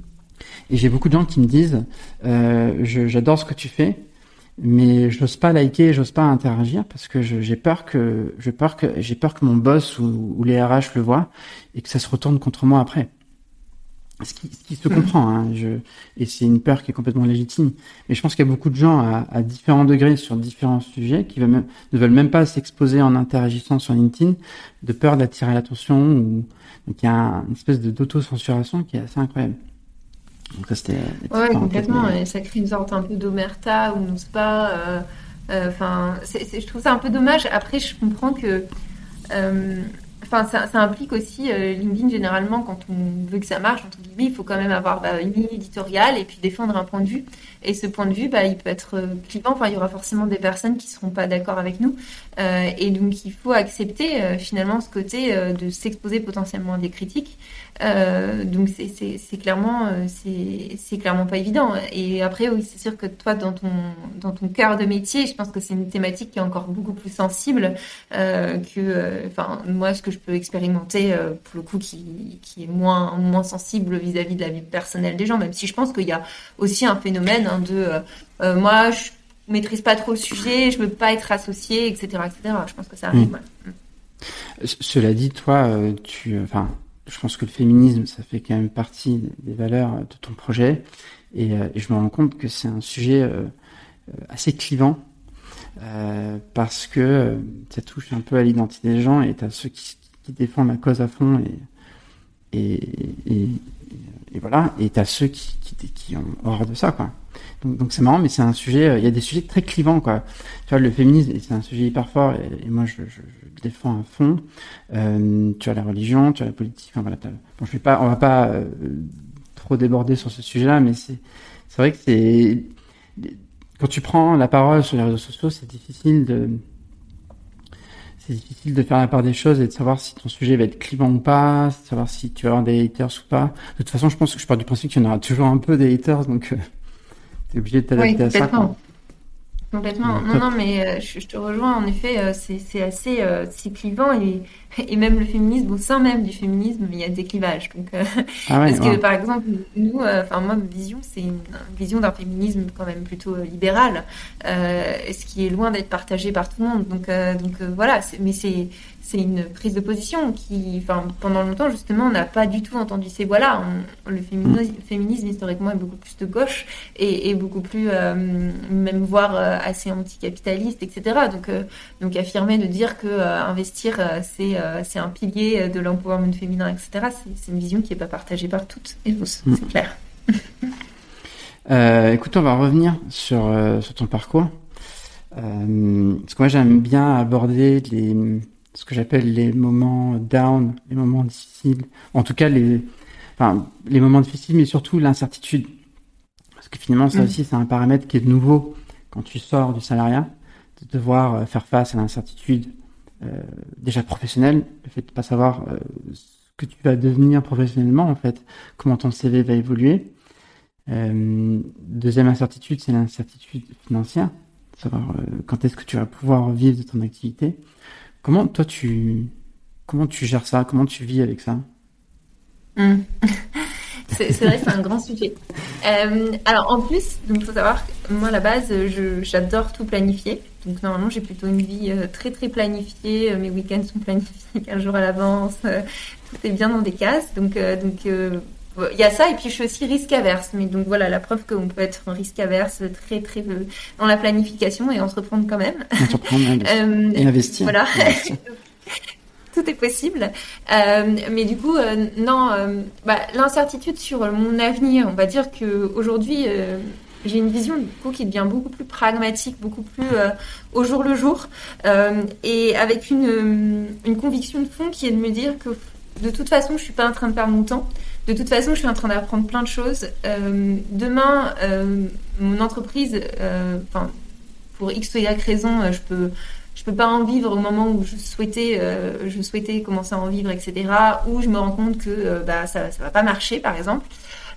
Et j'ai beaucoup de gens qui me disent euh, je, j'adore ce que tu fais, mais j'ose pas liker, j'ose pas interagir parce que je, j'ai peur que j'ai peur que j'ai peur que mon boss ou, ou les R H le voient et que ça se retourne contre moi après. Ce qui, ce qui se comprend, hein, je, et c'est une peur qui est complètement légitime. Mais je pense qu'il y a beaucoup de gens à, à différents degrés sur différents sujets qui veulent même, ne veulent même pas s'exposer en interagissant sur LinkedIn de peur d'attirer l'attention. Ou, donc il y a un, une espèce de d'auto-censuration qui est assez incroyable. Donc ça, c'était, ouais, complètement. Et ça crée une sorte un peu d'omerta où on n'ose pas. Enfin, euh, euh, je trouve ça un peu dommage. Après, je comprends que. Euh, Enfin, ça, ça implique aussi euh, LinkedIn généralement quand on veut que ça marche, entre guillemets, il faut quand même avoir bah, une ligne éditoriale et puis défendre un point de vue. Et ce point de vue, bah, il peut être euh, clivant. Enfin, il y aura forcément des personnes qui seront pas d'accord avec nous. Euh, et donc, il faut accepter euh, finalement ce côté euh, de s'exposer potentiellement à des critiques. Euh, donc, c'est, c'est, c'est clairement, euh, c'est, c'est clairement pas évident. Et après, oui, c'est sûr que toi, dans ton, dans ton cœur de métier, je pense que c'est une thématique qui est encore beaucoup plus sensible euh, que, enfin, euh, moi, ce que je peux expérimenter euh, pour le coup, qui, qui est moins, moins sensible vis-à-vis de la vie personnelle des gens. Même si je pense qu'il y a aussi un phénomène hein, de, euh, euh, moi, je maîtrise pas trop le sujet, je veux pas être associée, et cetera, et cetera. Je pense que ça arrive. Mmh. Ouais. Cela dit, toi, tu, enfin. Je pense que le féminisme, ça fait quand même partie des valeurs de ton projet. Et, euh, et je me rends compte que c'est un sujet euh, assez clivant euh, parce que euh, ça touche un peu à l'identité des gens et t'as ceux qui, qui défendent la cause à fond et, et, et, et voilà. Et t'as ceux qui, qui, qui ont horreur de ça, quoi. Donc, donc c'est marrant, mais c'est un sujet, il y a des sujets très clivants, quoi. Tu vois, le féminisme, c'est un sujet hyper fort et, et moi, je, je, je le défends à fond. Euh, tu as la religion, tu as la politique, enfin voilà. Bon, je vais pas, on va pas euh, trop déborder sur ce sujet-là, mais c'est, c'est vrai que c'est, quand tu prends la parole sur les réseaux sociaux, c'est difficile de, c'est difficile de faire la part des choses et de savoir si ton sujet va être clivant ou pas, de savoir si tu vas avoir des haters ou pas. De toute façon, je pense que je pars du principe qu'il y en aura toujours un peu des haters, donc euh, t'es obligé de t'adapter oui, à ça, quoi. Complètement. Non, non, mais euh, je, je te rejoins. En effet, euh, c'est, c'est assez euh, c'est clivant et, et même le féminisme, au sein même du féminisme, il y a des clivages. Donc, euh, ah ouais, parce que, ouais. Par exemple, nous, enfin, euh, moi, ma vision, c'est une, une vision d'un féminisme quand même plutôt euh, libéral, euh, ce qui est loin d'être partagé par tout le monde. Donc, euh, donc euh, voilà. C'est, mais c'est c'est une prise de position qui, enfin, pendant longtemps, justement, on n'a pas du tout entendu ces voix-là. On, le féminisme, mmh. féminisme, historiquement, est beaucoup plus de gauche et, et beaucoup plus, euh, même voire euh, assez anticapitaliste, et cetera. Donc, euh, donc affirmer de dire que euh, investir, euh, c'est, euh, c'est un pilier de l'empowerment féminin, et cetera. C'est, c'est une vision qui n'est pas partagée par toutes et tous, mmh. C'est clair. euh, écoute, on va revenir sur, euh, sur ton parcours. Euh, parce que moi, j'aime bien aborder les... ce que j'appelle les moments down, les moments difficiles, en tout cas les, enfin les moments difficiles, mais surtout l'incertitude, parce que finalement ça mmh. aussi c'est un paramètre qui est nouveau quand tu sors du salariat, de devoir faire face à l'incertitude euh, déjà professionnelle, le fait de pas savoir euh, ce que tu vas devenir professionnellement en fait, comment ton C V va évoluer. Euh, deuxième incertitude, c'est l'incertitude financière, savoir euh, quand est-ce que tu vas pouvoir vivre de ton activité. Comment toi tu comment tu gères ça? Comment tu vis avec ça? Mmh. c'est, c'est vrai, c'est un grand sujet. Euh, alors en plus, il faut savoir que moi à la base, je, j'adore tout planifier. Donc normalement, j'ai plutôt une vie très très planifiée. Mes week-ends sont planifiés quinze jours à l'avance. Tout est bien dans des cases. Donc euh, donc euh, il y a ça, et puis je suis aussi risque averse. Mais donc voilà, la preuve qu'on peut être risque averse très très euh, dans la planification et entreprendre quand même. Entreprendre euh, et investir. Voilà. Investir. Tout est possible. Euh, mais du coup, euh, non, euh, bah, l'incertitude sur mon avenir, on va dire que aujourd'hui, euh, j'ai une vision du coup qui devient beaucoup plus pragmatique, beaucoup plus euh, au jour le jour, euh, et avec une, une conviction de fond qui est de me dire que de toute façon, je suis pas en train de perdre mon temps. De toute façon, je suis en train d'apprendre plein de choses. Euh, demain, euh, mon entreprise, euh, enfin, pour X ou Y raison, je peux, je peux pas en vivre au moment où je souhaitais, euh, je souhaitais commencer à en vivre, et cetera. Ou je me rends compte que euh, bah ça, ça va pas marcher, par exemple.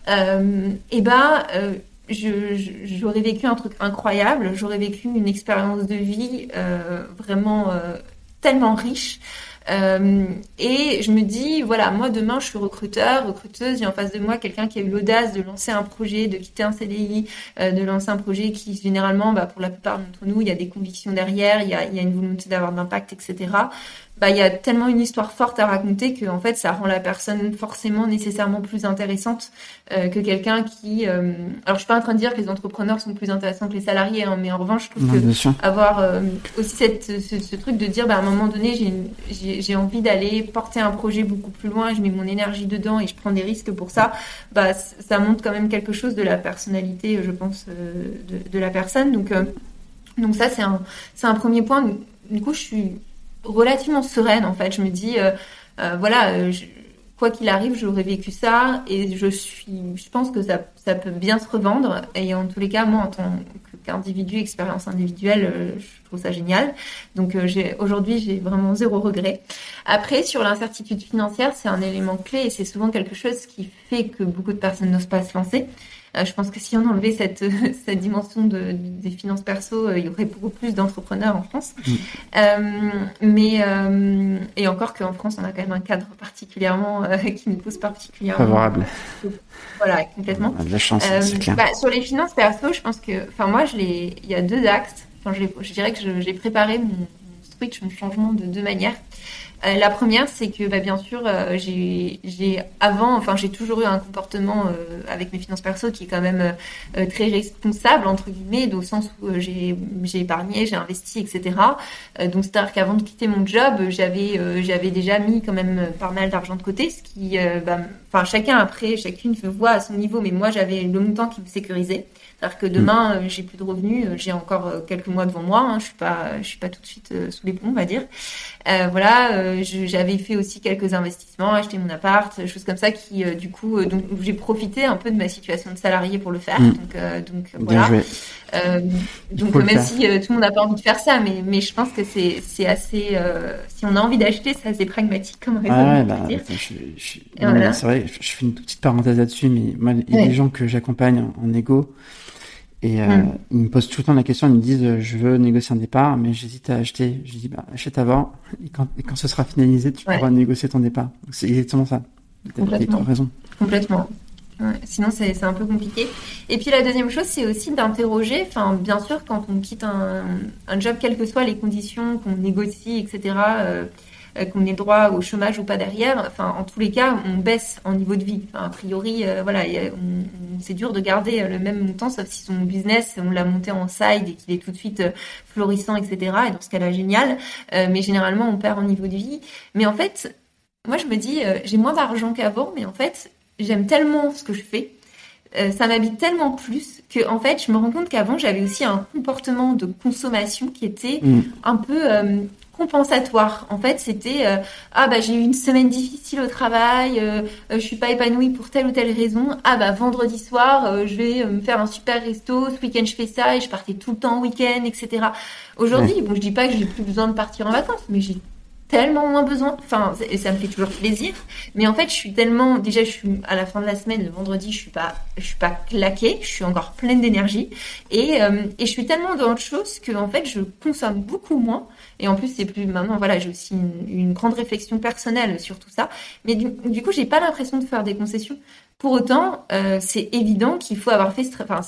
Euh, et ben, euh, je, je, j'aurais vécu un truc incroyable. J'aurais vécu une expérience de vie euh, vraiment euh, tellement riche. Euh, et je me dis, voilà, moi demain je suis recruteur, recruteuse, j'ai en face de moi quelqu'un qui a eu l'audace de lancer un projet, de quitter un C D I, euh, de lancer un projet qui généralement, bah, pour la plupart d'entre nous, il y a des convictions derrière, il y a, il y a une volonté d'avoir de l'impact, et cetera. Bah, il y a tellement une histoire forte à raconter que en fait ça rend la personne forcément nécessairement plus intéressante euh, que quelqu'un qui euh... alors je suis pas en train de dire que les entrepreneurs sont plus intéressants que les salariés, hein, mais en revanche je trouve non, que avoir euh, aussi cette ce, ce truc de dire bah à un moment donné j'ai, une, j'ai j'ai envie d'aller porter un projet beaucoup plus loin, je mets mon énergie dedans et je prends des risques pour ça, bah ça montre quand même quelque chose de la personnalité, je pense, euh, de, de la personne. Donc euh, donc ça c'est un c'est un premier point. Du coup je suis relativement sereine en fait. Je me dis euh, euh, voilà, euh, je, quoi qu'il arrive, j'aurais vécu ça et je suis, je pense que ça, ça peut bien se revendre. Et en tous les cas, moi en tant qu'individu, expérience individuelle, euh, je trouve ça génial. Donc euh, j'ai, aujourd'hui, j'ai vraiment zéro regret. Après, sur l'incertitude financière, c'est un élément clé et c'est souvent quelque chose qui fait que beaucoup de personnes n'osent pas se lancer. Euh, je pense que si on enlevait cette, cette dimension de, des finances perso, euh, il y aurait beaucoup plus d'entrepreneurs en France. Mmh. Euh, mais, euh, et encore qu'en France, on a quand même un cadre particulièrement, euh, qui nous pousse particulièrement. Favorable. Voilà, complètement. On a de la chance, euh, c'est clair. Bah, sur les finances perso, je pense que, enfin, moi, je l'ai, il y a deux axes. Enfin, je, je dirais que je, j'ai préparé mon, mon switch, mon changement de deux manières. Euh, la première, c'est que bah, bien sûr, euh, j'ai, j'ai avant, enfin j'ai toujours eu un comportement euh, avec mes finances perso qui est quand même euh, très responsable entre guillemets, au sens où euh, j'ai, j'ai épargné, j'ai investi, et cetera. Euh, donc c'est-à-dire qu'avant de quitter mon job, j'avais, euh, j'avais déjà mis quand même pas mal d'argent de côté, ce qui, euh, bah, enfin chacun après, chacune voit à son niveau, mais moi j'avais le montant qui me sécurisait. C'est-à-dire que demain, euh, j'ai plus de revenus, euh, j'ai encore euh, quelques mois devant moi, hein, je suis pas, je suis pas tout de suite euh, sous les plombs, on va dire. Euh, voilà, euh, je, j'avais fait aussi quelques investissements, acheté mon appart, choses comme ça qui, euh, du coup, euh, donc j'ai profité un peu de ma situation de salarié pour le faire. Mmh. Donc, euh, donc Bien voilà. Joué. Euh, donc même faire. si euh, tout le monde n'a pas envie de faire ça, mais mais je pense que c'est c'est assez, euh, si on a envie d'acheter, c'est assez pragmatique comme raison. Ah ouais, bah, dire. Bah, je, je, non, voilà. C'est vrai, je fais une petite parenthèse là-dessus, mais moi, il y a ouais. des gens que j'accompagne en, en égo. Et euh, mmh. ils me posent tout le temps la question, ils me disent euh, je veux négocier un départ, mais j'hésite à acheter. Je dis bah achète avant, et quand, et quand ce sera finalisé, tu ouais. pourras négocier ton départ. Donc, c'est exactement ça. Complètement. T'as raison. Complètement. Ouais. Sinon c'est c'est un peu compliqué. Et puis la deuxième chose, c'est aussi d'interroger. Enfin, bien sûr, quand on quitte un un job, quelles que soient les conditions qu'on négocie, et cetera. Euh, qu'on ait droit au chômage ou pas derrière, enfin en tous les cas on baisse en niveau de vie. Enfin, a priori euh, voilà, y a, on, on, c'est dur de garder le même montant, sauf si son business on l'a monté en side et qu'il est tout de suite euh, florissant, et cetera. Et dans ce cas-là génial, euh, mais généralement on perd en niveau de vie. Mais en fait, moi je me dis euh, j'ai moins d'argent qu'avant, mais en fait j'aime tellement ce que je fais. Euh, ça m'habite tellement plus que en fait je me rends compte qu'avant j'avais aussi un comportement de consommation qui était mmh. un peu euh, compensatoire. En fait, c'était euh, ah bah j'ai eu une semaine difficile au travail, euh, euh, je suis pas épanouie pour telle ou telle raison. Ah bah vendredi soir, euh, je vais me faire un super resto. Ce week-end, je fais ça et je partais tout le temps en week-end, et cetera. Aujourd'hui, ouais. bon, je dis pas que j'ai plus besoin de partir en vacances, mais j'ai tellement moins besoin. Enfin, ça me fait toujours plaisir. Mais en fait, je suis tellement, déjà, je suis à la fin de la semaine, le vendredi, je suis pas, je suis pas claquée, je suis encore pleine d'énergie. Et, euh, et je suis tellement dans autre chose que, en fait, je consomme beaucoup moins. Et en plus, c'est plus, maintenant, voilà, j'ai aussi une, une grande réflexion personnelle sur tout ça. Mais du, du coup, j'ai pas l'impression de faire des concessions. Pour autant, euh, c'est évident qu'il faut avoir fait, enfin,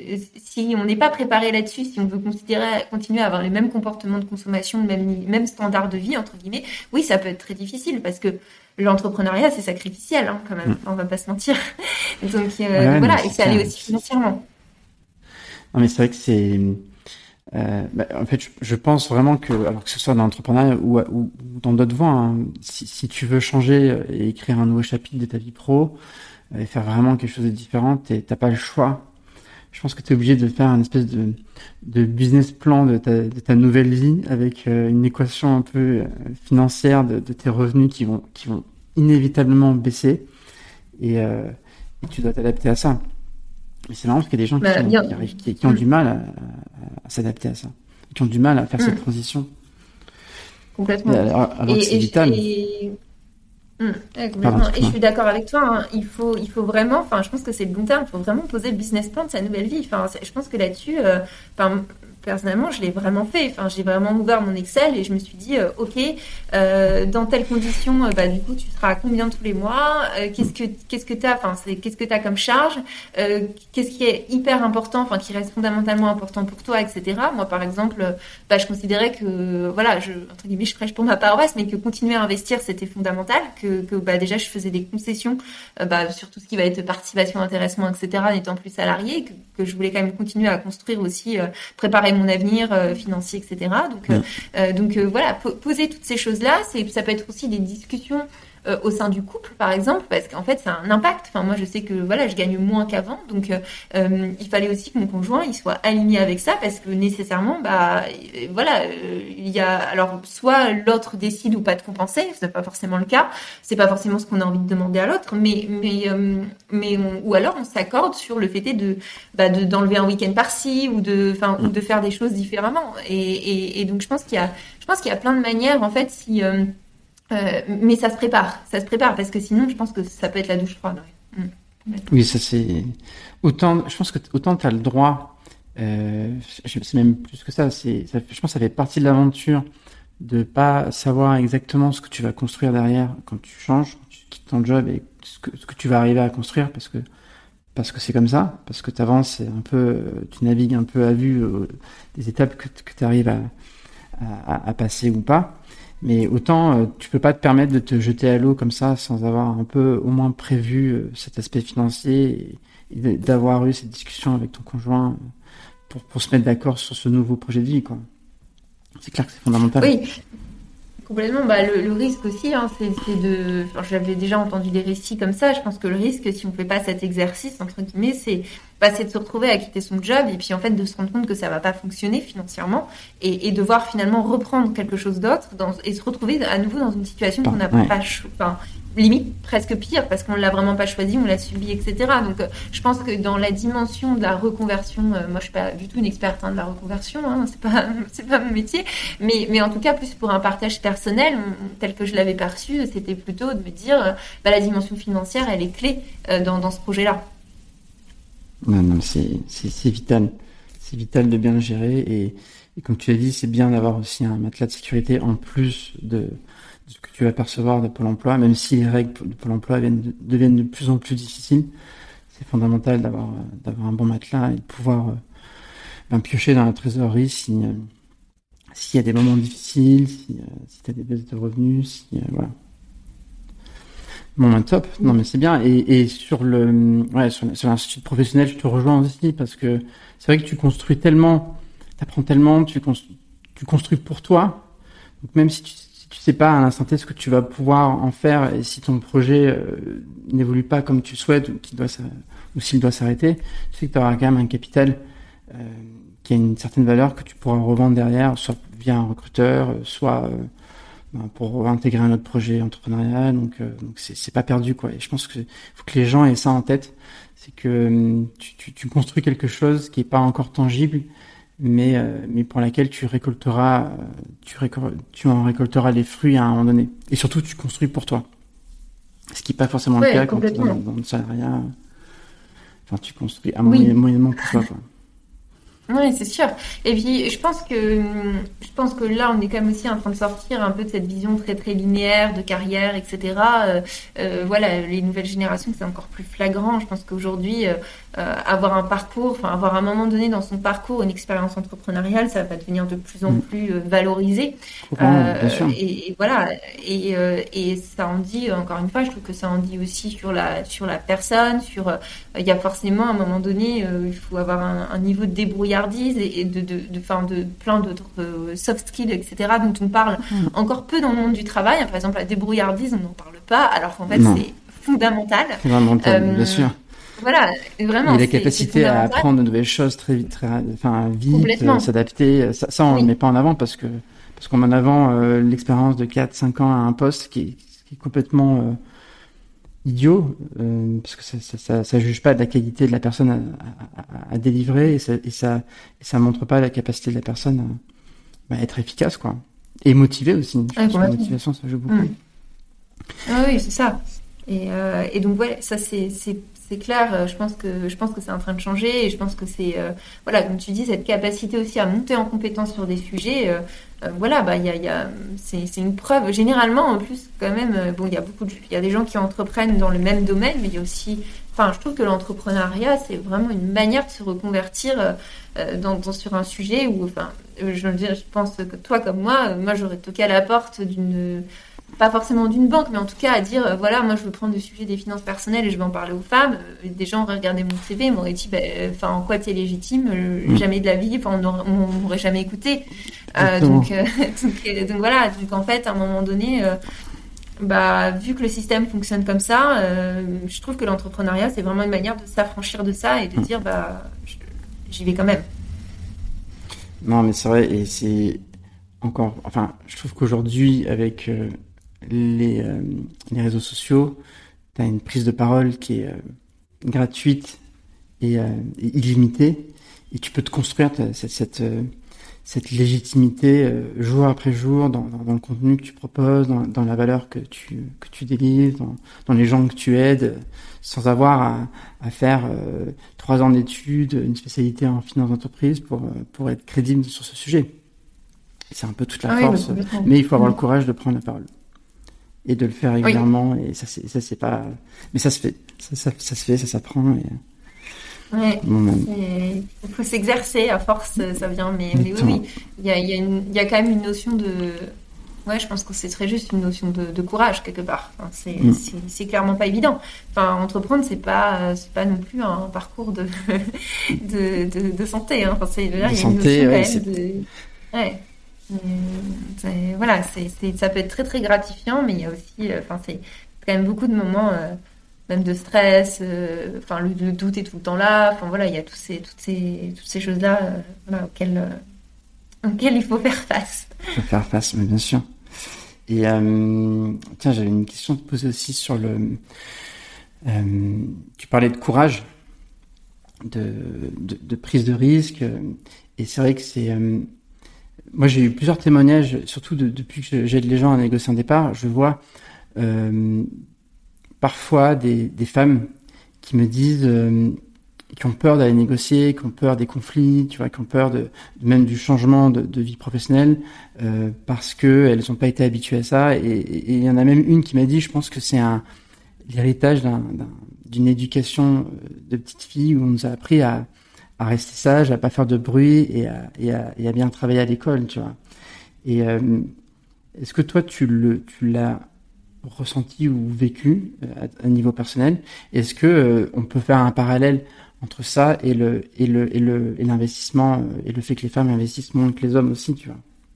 si on n'est pas préparé là-dessus, si on veut considérer, continuer à avoir les mêmes comportements de consommation, le même, même standard de vie, entre guillemets, oui, ça peut être très difficile parce que l'entrepreneuriat, c'est sacrificiel, hein, quand même. Enfin, on va pas se mentir. Donc, euh, ouais, donc voilà, et c'est aller aussi financièrement. Non, mais c'est vrai que c'est, euh, bah, en fait, je, je pense vraiment que, alors que ce soit dans l'entrepreneuriat ou, ou dans d'autres voies, hein, si, si tu veux changer et écrire un nouveau chapitre de ta vie pro, et faire vraiment quelque chose de différent, t'as pas le choix. je pense que tu es obligé de faire une espèce de, de business plan de ta, de ta nouvelle vie avec euh, une équation un peu euh, financière de, de tes revenus qui vont, qui vont inévitablement baisser et, euh, et tu dois t'adapter à ça. Mais c'est marrant parce qu'il y a des gens bah, qui, ont, qui, arrivent, qui, qui ont mmh. du mal à, à, à s'adapter à ça, qui ont du mal à faire mmh. cette transition. Complètement. Et alors, alors et, que c'est et, vital. Et... Mmh, ouais, complètement. Et je suis d'accord avec toi. Hein. Il faut, il faut vraiment. Enfin, je pense que c'est le bon terme. Il faut vraiment poser le business plan de sa nouvelle vie. Enfin, je pense que là-dessus, euh, enfin, personnellement, je l'ai vraiment fait. Enfin, j'ai vraiment ouvert mon Excel et je me suis dit, euh, ok, euh, dans telles conditions, euh, bah du coup, tu seras à combien tous les mois euh, Qu'est-ce que, qu'est-ce que t'as Enfin, c'est qu'est-ce que t'as comme charge euh, Qu'est-ce qui est hyper important Enfin, qui reste fondamentalement important pour toi, et cetera. Moi, par exemple, bah, je considérais que, voilà, je entre guillemets, je prêche pour ma paroisse, mais que continuer à investir, c'était fondamental. Que, que bah déjà, je faisais des concessions euh, bah, sur tout ce qui va être participation, intéressement, et cetera. N'étant plus salarié, que, que je voulais quand même continuer à construire aussi, euh, préparer mon avenir euh, financier, et cetera. Donc, euh, euh, donc euh, voilà, po- poser toutes ces choses-là, c'est, ça peut être aussi des discussions euh, au sein du couple, par exemple, parce qu'en fait, ça a un impact. Enfin, moi, je sais que voilà, je gagne moins qu'avant, donc euh, euh, il fallait aussi que mon conjoint il soit aligné avec ça, parce que nécessairement, bah euh, voilà, euh, il y a alors soit l'autre décide ou pas de compenser, c'est pas forcément le cas, c'est pas forcément ce qu'on a envie de demander à l'autre, mais mais euh, mais on, ou alors on s'accorde sur le fait de bah de d'enlever un week-end par-ci ou de enfin ou de faire des choses différemment. Et, et et donc je pense qu'il y a je pense qu'il y a plein de manières en fait si euh, Euh, mais ça se prépare, ça se prépare parce que sinon, je pense que ça peut être la douche froide. Ouais. Mmh. Oui, ça c'est autant. Je pense que autant t'as le droit. Euh, c'est même plus que ça. C'est, ça, je pense que ça fait partie de l'aventure de pas savoir exactement ce que tu vas construire derrière quand tu changes, quand tu quittes ton job et ce que ce que tu vas arriver à construire parce que parce que c'est comme ça, parce que t'avances un peu, tu navigues un peu à vue euh, des étapes que que tu arrives à, à à passer ou pas. Mais autant, euh, tu peux pas te permettre de te jeter à l'eau comme ça sans avoir un peu au moins prévu euh, cet aspect financier et, et d'avoir eu cette discussion avec ton conjoint pour, pour se mettre d'accord sur ce nouveau projet de vie, quoi. C'est clair que c'est fondamental. Oui, complètement. Bah, le, le risque aussi, hein, c'est, c'est de... Enfin, j'avais déjà entendu des récits comme ça. Je pense que le risque, si on fait pas cet exercice, entre guillemets, c'est... Bah, c'est de se retrouver à quitter son job et puis en fait de se rendre compte que ça va pas fonctionner financièrement et, et devoir finalement reprendre quelque chose d'autre dans, et se retrouver à nouveau dans une situation qu'on n'a ouais. pas cho- enfin limite presque pire parce qu'on l'a vraiment pas choisi, on l'a subi, et cetera. Donc euh, je pense que dans la dimension de la reconversion, euh, moi je suis pas du tout une experte hein, de la reconversion, hein, c'est pas c'est pas mon métier, mais mais en tout cas plus pour un partage personnel tel que je l'avais perçu, c'était plutôt de me dire euh, bah la dimension financière elle est clé euh, dans dans ce projet-là. Non, non, c'est, c'est, c'est vital. C'est vital de bien le gérer et, et comme tu l'as dit, c'est bien d'avoir aussi un matelas de sécurité en plus de, de ce que tu vas percevoir de Pôle emploi, même si les règles de Pôle emploi viennent de, deviennent de plus en plus difficiles. C'est fondamental d'avoir, d'avoir un bon matelas et de pouvoir euh, ben, piocher dans la trésorerie si, euh, s'il y a des moments difficiles, si, euh, si tu as des baisses de revenus, si, euh, voilà. Bon, ben, top. Non, mais c'est bien. Et, et sur le, ouais, sur, sur l'institut professionnel, je te rejoins aussi parce que c'est vrai que tu construis tellement, t'apprends tellement, tu, constru- tu construis pour toi. Donc, même si tu, si tu sais pas à l'instant T ce que tu vas pouvoir en faire et si ton projet euh, n'évolue pas comme tu souhaites ou qu'il doit, ou s'il doit s'arrêter, tu sais que tu auras quand même un capital, euh, qui a une certaine valeur que tu pourras revendre derrière, soit via un recruteur, soit, euh, pour intégrer un autre projet entrepreneurial, donc euh, donc c'est c'est pas perdu quoi. Et je pense que faut que les gens aient ça en tête, c'est que tu tu, tu construis quelque chose qui est pas encore tangible, mais euh, mais pour laquelle tu récolteras tu récol- tu en récolteras les fruits à un moment donné. Et surtout tu construis pour toi, ce qui est pas forcément ouais, le cas quand tu es dans, dans le salariat. Enfin tu construis à oui. moyen, moyennement pour toi quoi. Oui, c'est sûr. Et puis, je pense que, je pense que là, on est quand même aussi en train de sortir un peu de cette vision très, très linéaire de carrière, et cetera. Euh, euh, voilà, les nouvelles générations, c'est encore plus flagrant. Je pense qu'aujourd'hui, euh, euh, avoir un parcours, enfin, avoir à un moment donné dans son parcours une expérience entrepreneuriale, ça va devenir de plus en plus euh, valorisé. Euh, bien sûr. Et, et voilà. Et, euh, et ça en dit, encore une fois, je trouve que ça en dit aussi sur la, sur la personne, sur, euh, il y a forcément, à un moment donné, euh, il faut avoir un, un niveau de débrouillard et de, de, de, fin de plein d'autres euh, soft skills, et cetera, dont on parle mmh. encore peu dans le monde du travail. Par exemple, la débrouillardise, on n'en parle pas, alors qu'en fait, non. c'est fondamental. Fondamental, euh, bien sûr. voilà, vraiment. Et la capacité à apprendre de nouvelles choses très vite, très, enfin, vite, euh, s'adapter, ça, ça on ne oui. met pas en avant parce que, parce qu'on met en avant euh, l'expérience de quatre cinq ans à un poste qui est, qui est complètement euh, idiot, euh, parce que ça, ça, ça, ça juge pas de la qualité de la personne à, à, à délivrer et ça, et ça, et ça montre pas la capacité de la personne à, bah, être efficace, quoi. Et motivé aussi. Je pense que la motivation, ça joue beaucoup. Mmh. Ah oui, c'est ça. Et, euh, et donc, ouais, ça, c'est, c'est, c'est clair. Je pense que, je pense que c'est en train de changer. Et je pense que c'est, euh, voilà, comme tu dis, cette capacité aussi à monter en compétence sur des sujets, euh, euh, voilà, bah, il y a, y a, c'est, c'est une preuve. Généralement, en plus, quand même, euh, bon, il y a beaucoup de, il y a des gens qui entreprennent dans le même domaine, mais il y a aussi, enfin, je trouve que l'entrepreneuriat, c'est vraiment une manière de se reconvertir euh, dans, dans, sur un sujet où, enfin, je veux dire, je pense que toi comme moi, moi, j'aurais toqué à la porte d'une, pas forcément d'une banque, mais en tout cas à dire, euh, voilà, moi, je veux prendre le sujet des finances personnelles et je vais en parler aux femmes. Euh, des gens auraient regardé mon C V et m'auraient dit, bah, enfin, en quoi t'es légitime, euh, mmh. jamais de la vie, enfin, on m'aurait jamais écouté. Euh, donc, euh, donc, donc, voilà, donc en fait, à un moment donné, euh, bah, vu que le système fonctionne comme ça, euh, je trouve que l'entrepreneuriat, c'est vraiment une manière de s'affranchir de ça et de dire, bah, j'y vais quand même. Non, mais c'est vrai, et c'est encore, enfin, je trouve qu'aujourd'hui, avec euh, les, euh, les réseaux sociaux, tu as une prise de parole qui est euh, gratuite et, euh, et illimitée, et tu peux te construire ta, cette, cette, euh, cette légitimité euh, jour après jour dans, dans, dans le contenu que tu proposes, dans, dans la valeur que tu, que tu délivres, dans, dans les gens que tu aides, sans avoir à, à faire euh, trois ans d'études, une spécialité en finance d'entreprise pour, pour être crédible sur ce sujet. C'est un peu toute la ah force, oui, mais il faut avoir oui. le courage de prendre la parole et de le faire régulièrement. Oui. Et ça, c'est, ça, c'est pas, mais ça se fait, ça, ça, ça se fait, ça s'apprend. Et... Ouais, bon, il faut s'exercer à force, ça vient. Mais, mais oui, oui, il y a, il y a une, il y a quand même une notion de, ouais, je pense que c'est très juste une notion de, de courage quelque part. Enfin, c'est, mm. c'est, c'est clairement pas évident. Enfin, entreprendre, c'est pas, c'est pas non plus un parcours de, de, de, de santé. Hein. Enfin, c'est, là, il y a une notion ouais, quand même de, ouais. C'est, voilà, c'est, c'est, ça peut être très très gratifiant, mais il y a aussi, euh, enfin, c'est quand même beaucoup de moments, euh, même de stress. Euh, enfin, le, le doute est tout le temps là. Enfin voilà, il y a tous ces, toutes ces, toutes ces choses-là, euh, voilà, auxquelles, euh, auxquelles il faut faire face. Il faut faire face, mais bien sûr. Et euh, tiens, j'avais une question à te poser aussi sur le. Euh, tu parlais de courage, de, de, de prise de risque, et c'est vrai que c'est. Euh, Moi, j'ai eu plusieurs témoignages, surtout de, depuis que j'aide les gens à négocier un départ. Je vois euh, parfois des, des femmes qui me disent, euh, qui ont peur d'aller négocier, qui ont peur des conflits, tu vois, qui ont peur de, de même du changement de, de vie professionnelle euh, parce que elles n'ont pas été habituées à ça. Et il y en a même une qui m'a dit, je pense que c'est un l'héritage d'un, d'un, d'une éducation de petite fille où on nous a appris à à rester sage, à pas faire de bruit et à, et à, et à bien travailler à l'école, tu vois. Et euh, est-ce que toi, tu le, tu l'as ressenti ou vécu à, à niveau personnel? Est-ce que euh, on peut faire un parallèle entre ça et le, et le, et le, et l'investissement et le fait que les femmes investissent moins que les hommes aussi, tu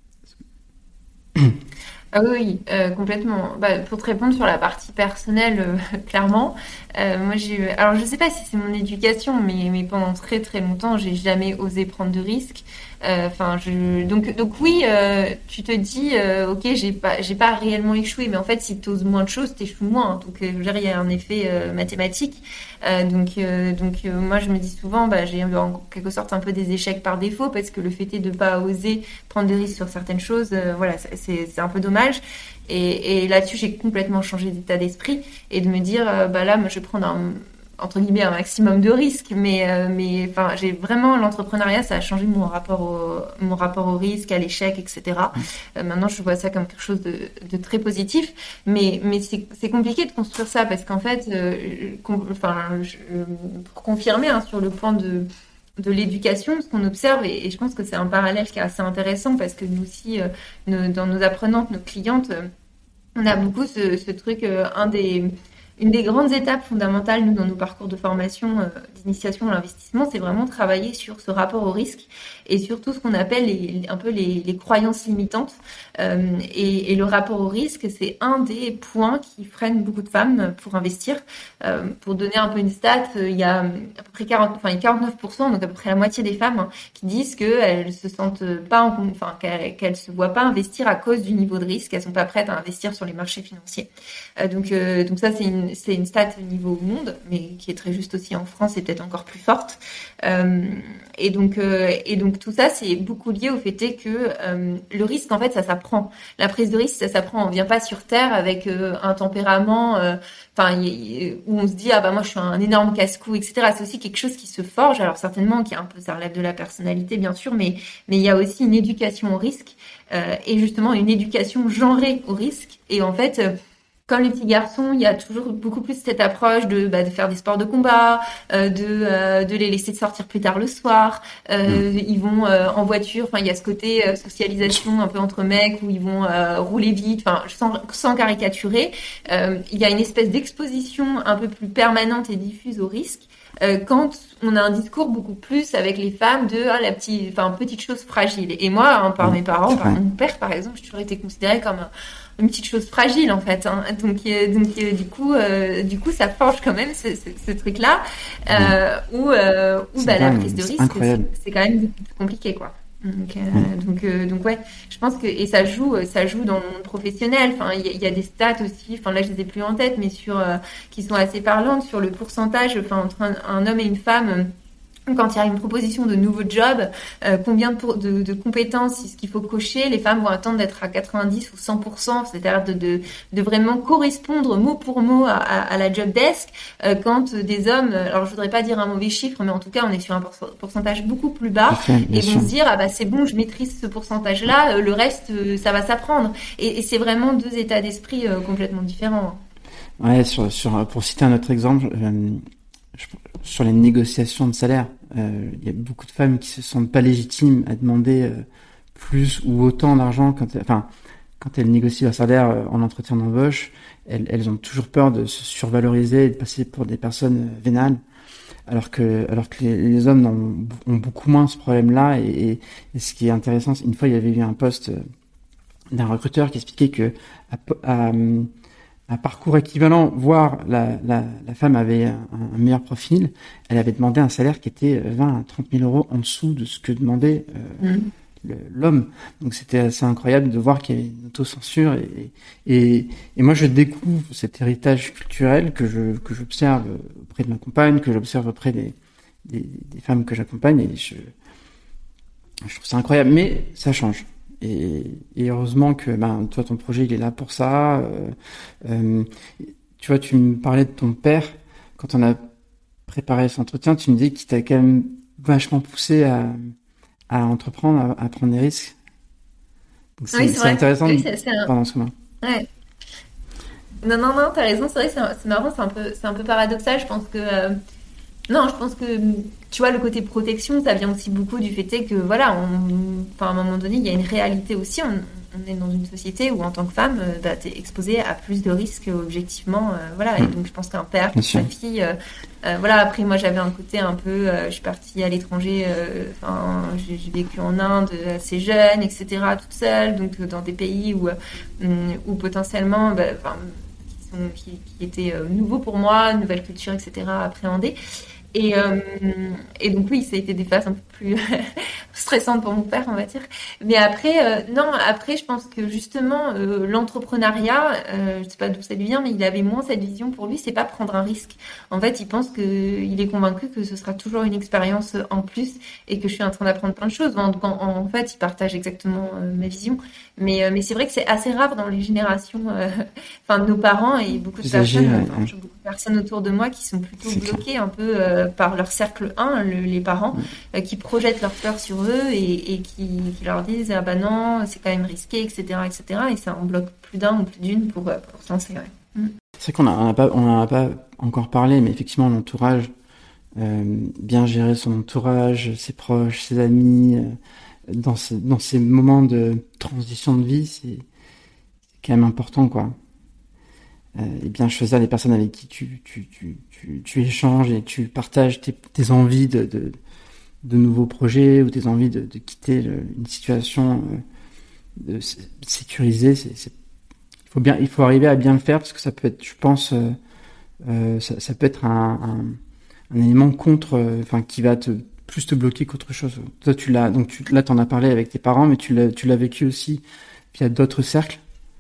vois? Ah oui, euh, complètement. Bah, pour te répondre sur la partie personnelle, euh, clairement, euh, moi j'ai. Alors je sais pas si c'est mon éducation, mais mais pendant très très longtemps, j'ai jamais osé prendre de risques. Enfin, euh, je donc donc oui, euh, tu te dis, euh, ok, j'ai pas j'ai pas réellement échoué, mais en fait, si tu oses moins de choses, t'échoues moins. Donc euh, je veux dire, il y a un effet euh, mathématique. Euh, donc euh, donc euh, moi je me dis souvent, bah j'ai eu en quelque sorte un peu des échecs par défaut parce que le fait est de pas oser prendre des risques sur certaines choses, euh, voilà, c'est c'est un peu dommage. Et, et là-dessus, j'ai complètement changé d'état d'esprit et de me dire, euh, bah là, moi, je vais prendre un, entre guillemets, un maximum de risques. Mais, euh, mais, enfin, j'ai vraiment l'entrepreneuriat, ça a changé mon rapport au, mon rapport au risque, à l'échec, et cetera. Euh, maintenant, je vois ça comme quelque chose de, de très positif. Mais, mais c'est, c'est compliqué de construire ça parce qu'en fait, euh, com- enfin, je, pour confirmer hein, sur le point de de l'éducation, ce qu'on observe, et, et je pense que c'est un parallèle qui est assez intéressant parce que nous aussi, euh, nos, dans nos apprenantes, nos clientes, euh, on a beaucoup ce, ce truc, euh, un des, une des grandes étapes fondamentales, nous, dans nos parcours de formation, euh, d'initiation à l'investissement, c'est vraiment travailler sur ce rapport au risque et sur tout ce qu'on appelle les, un peu les, les croyances limitantes. Euh, et, et le rapport au risque, c'est un des points qui freine beaucoup de femmes pour investir. Euh, pour donner un peu une stat, il y a à peu près quarante, enfin, il y a quarante-neuf pour cent, donc à peu près la moitié des femmes, hein, qui disent qu'elles se sentent pas, en, enfin, qu'elles, qu'elles se voient pas investir à cause du niveau de risque. Elles sont pas prêtes à investir sur les marchés financiers. Euh, donc, euh, donc ça, c'est une, c'est une stat au niveau monde, mais qui est très juste aussi en France et peut-être encore plus forte. Euh, et donc, euh, et donc tout ça, c'est beaucoup lié au fait que euh, le risque, en fait, ça s'apprend. La prise de risque, ça s'apprend. On vient pas sur Terre avec euh, un tempérament, enfin, euh, où on se dit ah bah moi je suis un énorme casse-cou, et cetera. C'est aussi quelque chose qui se forge. Alors certainement, qui est un peu, ça relève de la personnalité, bien sûr, mais mais il y a aussi une éducation au risque euh, et justement une éducation genrée au risque. Et en fait. Euh, Comme les petits garçons, il y a toujours beaucoup plus cette approche de, bah, de faire des sports de combat, euh, de, euh, de les laisser sortir plus tard le soir. Euh, mmh. Ils vont euh, en voiture. Enfin, il y a ce côté euh, socialisation un peu entre mecs où ils vont euh, rouler vite. Enfin, sans, sans caricaturer, euh, il y a une espèce d'exposition un peu plus permanente et diffuse au risque. Euh, quand on a un discours beaucoup plus avec les femmes de ah, la petite, enfin petite chose fragile. Et moi, hein, par mes parents, par mon père, par exemple, j'ai toujours été considérée comme un, une petite chose fragile en fait. Hein. Donc, euh, donc euh, du coup, euh, du coup, ça forge quand même ce, ce, ce truc-là euh, où, euh, où bah, la prise de risque, c'est, c'est quand même beaucoup plus compliqué, quoi. Donc, euh, mmh. donc, euh, donc ouais, je pense que et ça joue, ça joue dans le monde professionnel. Enfin, il y, y a des stats aussi. Enfin, là, je les ai plus en tête, mais sur euh, qui sont assez parlantes sur le pourcentage. Enfin, entre un, un homme et une femme. Quand il y a une proposition de nouveau job, euh, combien de, de, de compétences est-ce qu'il faut cocher? Les femmes vont attendre d'être à quatre-vingt-dix ou cent pour cent, c'est-à-dire de, de, de vraiment correspondre mot pour mot à, à, à la job desk. Euh, quand des hommes, alors je voudrais pas dire un mauvais chiffre, mais en tout cas on est sur un pourcentage beaucoup plus bas, okay, et vont se dire ah bah c'est bon, je maîtrise ce pourcentage-là, euh, le reste euh, ça va s'apprendre. Et, et c'est vraiment deux états d'esprit euh, complètement différents. Ouais, sur, sur, pour citer un autre exemple. Euh... Sur les négociations de salaire, euh, il y a beaucoup de femmes qui se sentent pas légitimes à demander euh, plus ou autant d'argent quand, enfin, quand elles négocient leur salaire euh, en entretien d'embauche. Elles, elles ont toujours peur de se survaloriser et de passer pour des personnes euh, vénales, alors que, alors que les, les hommes ont, ont beaucoup moins ce problème-là. Et, et, et ce qui est intéressant, c'est une fois il y avait eu un post euh, d'un recruteur qui expliquait que à, à, un parcours équivalent, voire la, la, la femme avait un, un meilleur profil, elle avait demandé un salaire qui était vingt à trente mille euros en dessous de ce que demandait euh, mmh. le, l'homme. Donc c'était assez incroyable de voir qu'il y avait une autocensure et, et, et moi je découvre cet héritage culturel que je que j'observe auprès de ma compagne, que j'observe auprès des, des, des femmes que j'accompagne et je, je trouve ça incroyable, mais ça change. Et, et heureusement que ben toi ton projet il est là pour ça. Euh, euh, tu vois, tu me parlais de ton père quand on a préparé cet entretien, tu me dis qu'il t'a quand même vachement poussé à, à entreprendre, à, à prendre des risques. Donc c'est, oui, c'est, c'est intéressant. Oui, c'est, c'est un... Pardon, excuse-moi. Ouais. Non, non, non, t'as raison. C'est vrai, c'est, c'est marrant, c'est un peu, c'est un peu paradoxal. Je pense que euh... non, je pense que tu vois le côté protection, ça vient aussi beaucoup du fait que voilà, on, enfin à un moment donné, il y a une réalité aussi. On, on est dans une société où en tant que femme, euh, bah, t'es exposée à plus de risques objectivement, euh, voilà. Et donc je pense qu'un père, pour sa fille, euh, euh, voilà. Après moi j'avais un côté un peu, euh, je suis partie à l'étranger, enfin euh, j'ai, j'ai vécu en Inde assez jeune, et cetera, toute seule, donc dans des pays où euh, où potentiellement, bah, qui, sont, qui, qui étaient euh, nouveaux pour moi, nouvelle culture, et cetera, à appréhender. Et, euh, et donc oui, ça a été des phases un peu plus stressantes pour mon père, on va dire. Mais après, euh, non, après, je pense que justement, euh, l'entrepreneuriat, euh, je sais pas d'où ça lui vient, mais il avait moins cette vision. Pour lui, c'est pas prendre un risque. En fait, il pense que, il est convaincu que ce sera toujours une expérience en plus et que je suis en train d'apprendre plein de choses. En, en, en fait, il partage exactement euh, ma vision. Mais, euh, mais c'est vrai que c'est assez rare dans les générations, enfin, euh, de nos parents et beaucoup de Plus personnes, âgés, ouais, enfin, ouais. j'ai beaucoup de personnes autour de moi qui sont plutôt C'est bloquées clair. un peu euh, par leur cercle un, le, les parents, mmh. euh, qui projettent leur peur sur eux et, et qui, qui leur disent ah bah non, c'est quand même risqué, et cetera, et cetera. Et ça en bloque plus d'un ou plus d'une pour, pour se lancer. Ouais. Mmh. C'est vrai qu'on n'en a pas, on en a pas encore parlé, mais effectivement l'entourage, euh, bien gérer son entourage, ses proches, ses amis, euh, dans, ce, dans ces moments de transition de vie, c'est, c'est quand même important, quoi. euh, et bien choisir les personnes avec qui tu, tu, tu, tu, tu échanges et tu partages tes, tes envies de, de, de nouveaux projets ou tes envies de, de quitter le, une situation euh, de sécurisée. C'est, c'est, il faut bien, il faut arriver à bien le faire parce que ça peut être, je pense, euh, euh, ça, ça peut être un, un, un élément contre, euh, enfin, qui va te plus te bloquer qu'autre chose. Toi, tu l'as, donc tu, là, t'en as parlé avec tes parents, mais tu l'as, tu l'as vécu aussi via d'autres cercles.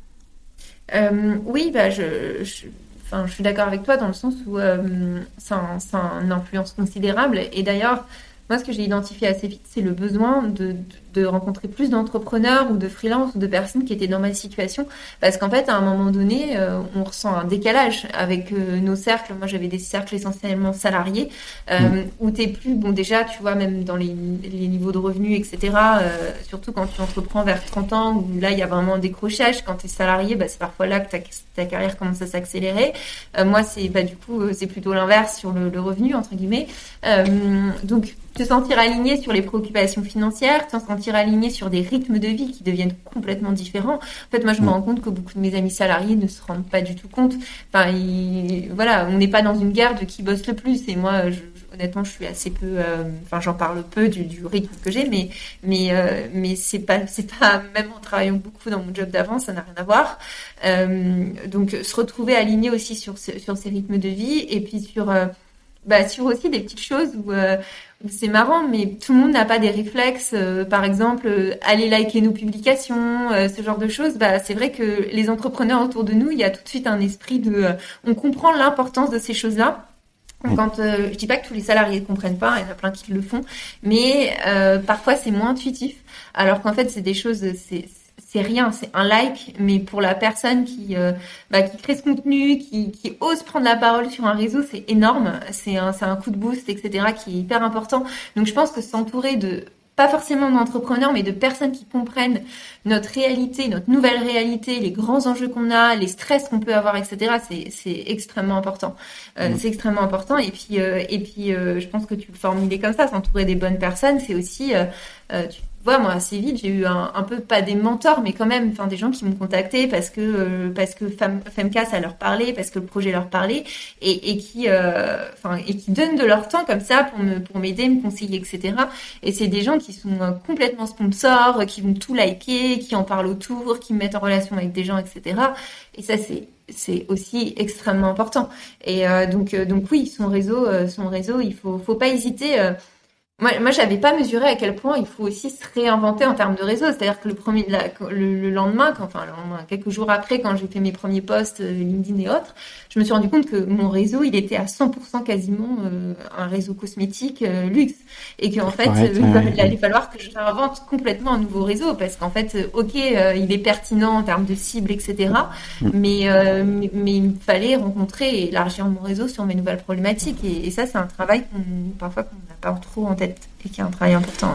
Euh, oui, bah, je, je, enfin, je suis d'accord avec toi dans le sens où euh, c'est un, c'est une influence considérable. Et d'ailleurs, moi, ce que j'ai identifié assez vite, c'est le besoin de, de, de rencontrer plus d'entrepreneurs ou de freelances ou de personnes qui étaient dans ma situation. Parce qu'en fait, à un moment donné, euh, on ressent un décalage avec euh, nos cercles. Moi, j'avais des cercles essentiellement salariés euh, mmh. où t'es plus, bon, déjà, tu vois, même dans les, les niveaux de revenus, et cetera, euh, surtout quand tu entreprends vers trente ans, où là, il y a vraiment un décrochage. Quand t'es salarié, bah, c'est parfois là que ta, ta carrière commence à s'accélérer. Euh, moi, c'est, bah, du coup, c'est plutôt l'inverse sur le, le revenu, entre guillemets. Euh, donc, te sentir aligné sur les préoccupations financières, te sentir aligné sur des rythmes de vie qui deviennent complètement différents. En fait, moi, je me rends compte que beaucoup de mes amis salariés ne se rendent pas du tout compte. Enfin, ils, voilà, on n'est pas dans une guerre de qui bosse le plus. Et moi, je, je, honnêtement, je suis assez peu. Euh, enfin, j'en parle peu du, du rythme que j'ai, mais mais euh, mais c'est pas c'est pas même en travaillant beaucoup dans mon job d'avant, ça n'a rien à voir. Euh, donc, se retrouver aligné aussi sur sur ces rythmes de vie et puis sur euh, bah sur aussi des petites choses où euh, c'est marrant, mais tout le monde n'a pas des réflexes. Euh, par exemple, euh, aller liker nos publications, euh, ce genre de choses. Bah, c'est vrai que les entrepreneurs autour de nous, il y a tout de suite un esprit de... Euh, on comprend l'importance de ces choses-là. Quand euh, je dis pas que tous les salariés ne comprennent pas, il y en a plein qui le font, mais euh, parfois c'est moins intuitif. Alors qu'en fait, c'est des choses... c'est c'est rien, c'est un like, mais pour la personne qui euh, bah, qui crée ce contenu, qui, qui ose prendre la parole sur un réseau, c'est énorme, c'est un, c'est un coup de boost, et cetera, qui est hyper important. Donc je pense que s'entourer de, pas forcément d'entrepreneurs, mais de personnes qui comprennent notre réalité, notre nouvelle réalité, les grands enjeux qu'on a, les stress qu'on peut avoir, et cetera, c'est, c'est extrêmement important. Euh, mmh. C'est extrêmement important. Et puis, euh, et puis euh, je pense que tu le formulais comme ça, s'entourer des bonnes personnes, c'est aussi... Euh, euh, tu, Ouais, moi assez vite j'ai eu un, un peu pas des mentors mais quand même enfin des gens qui m'ont contacté parce que euh, parce que Fem, Femka ça leur parlait, parce que le projet leur parlait et, et qui euh, enfin et qui donnent de leur temps comme ça pour me pour m'aider, me conseiller, etc. Et c'est des gens qui sont euh, complètement sponsors, qui vont tout liker, qui en parlent autour, qui me mettent en relation avec des gens, etc. Et ça c'est c'est aussi extrêmement important. Et euh, donc euh, donc oui, son réseau euh, son réseau il faut faut pas hésiter. Euh, Moi, moi, j'avais pas mesuré à quel point il faut aussi se réinventer en termes de réseau. C'est-à-dire que le premier, la, le, le lendemain, quand, enfin, le lendemain, quelques jours après, quand j'ai fait mes premiers posts euh, LinkedIn et autres, je me suis rendu compte que mon réseau, il était à cent pour cent quasiment euh, un réseau cosmétique euh, luxe, et qu'en fait, ouais, euh, ouais. il allait falloir que je réinvente complètement un nouveau réseau, parce qu'en fait, euh, ok, euh, il est pertinent en termes de cible, et cetera. Mm. Mais, euh, mais mais il me fallait rencontrer et élargir mon réseau sur mes nouvelles problématiques, et, et ça, c'est un travail qu'on parfois qu'on n'a pas trop en tête. Et qui est un travail important,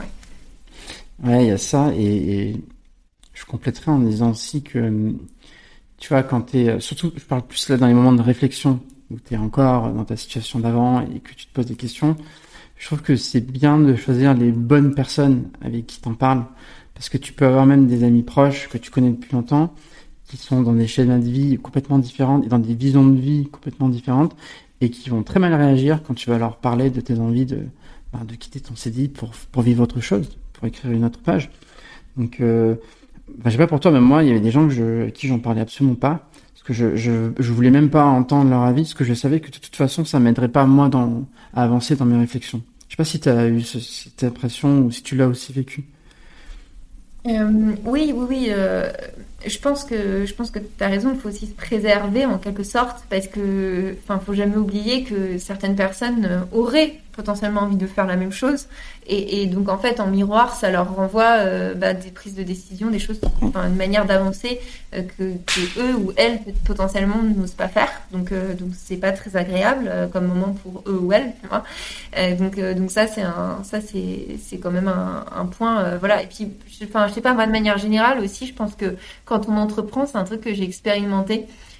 ouais. Ouais, il y a ça, et, et je compléterai en disant aussi que, tu vois, quand t'es, surtout, je parle plus là dans les moments de réflexion, où t'es encore dans ta situation d'avant et que tu te poses des questions, je trouve que c'est bien de choisir les bonnes personnes avec qui t'en parles, parce que tu peux avoir même des amis proches que tu connais depuis longtemps, qui sont dans des schémas de vie complètement différentes et dans des visions de vie complètement différentes, et qui vont très mal réagir quand tu vas leur parler de tes envies de de quitter ton C D I pour, pour vivre autre chose, pour écrire une autre page. Donc, euh, bah, je sais pas pour toi, mais moi, il y avait des gens que je, à qui j'en parlais absolument pas, parce que je, je, je voulais même pas entendre leur avis, parce que je savais que de toute façon, ça m'aiderait pas, moi, dans, à avancer dans mes réflexions. Je sais pas si tu as eu ce, cette impression, ou si tu l'as aussi vécu. Euh, oui, oui, oui. Euh, je pense que je pense que tu as raison. Il faut aussi se préserver en quelque sorte, parce que, enfin, faut jamais oublier que certaines personnes auraient potentiellement envie de faire la même chose, et, et donc en fait en miroir, ça leur renvoie euh, bah, des prises de décision, des choses, enfin une manière d'avancer euh, que, que eux ou elles potentiellement n'osent pas faire. Donc euh, donc c'est pas très agréable euh, comme moment pour eux ou elles, tu vois. Euh, donc euh, donc ça c'est un ça c'est c'est quand même un, un point euh, voilà. Et puis enfin je sais pas, moi de manière générale aussi, je pense que quand on entreprend, c'est un truc que j'ai expérimenté.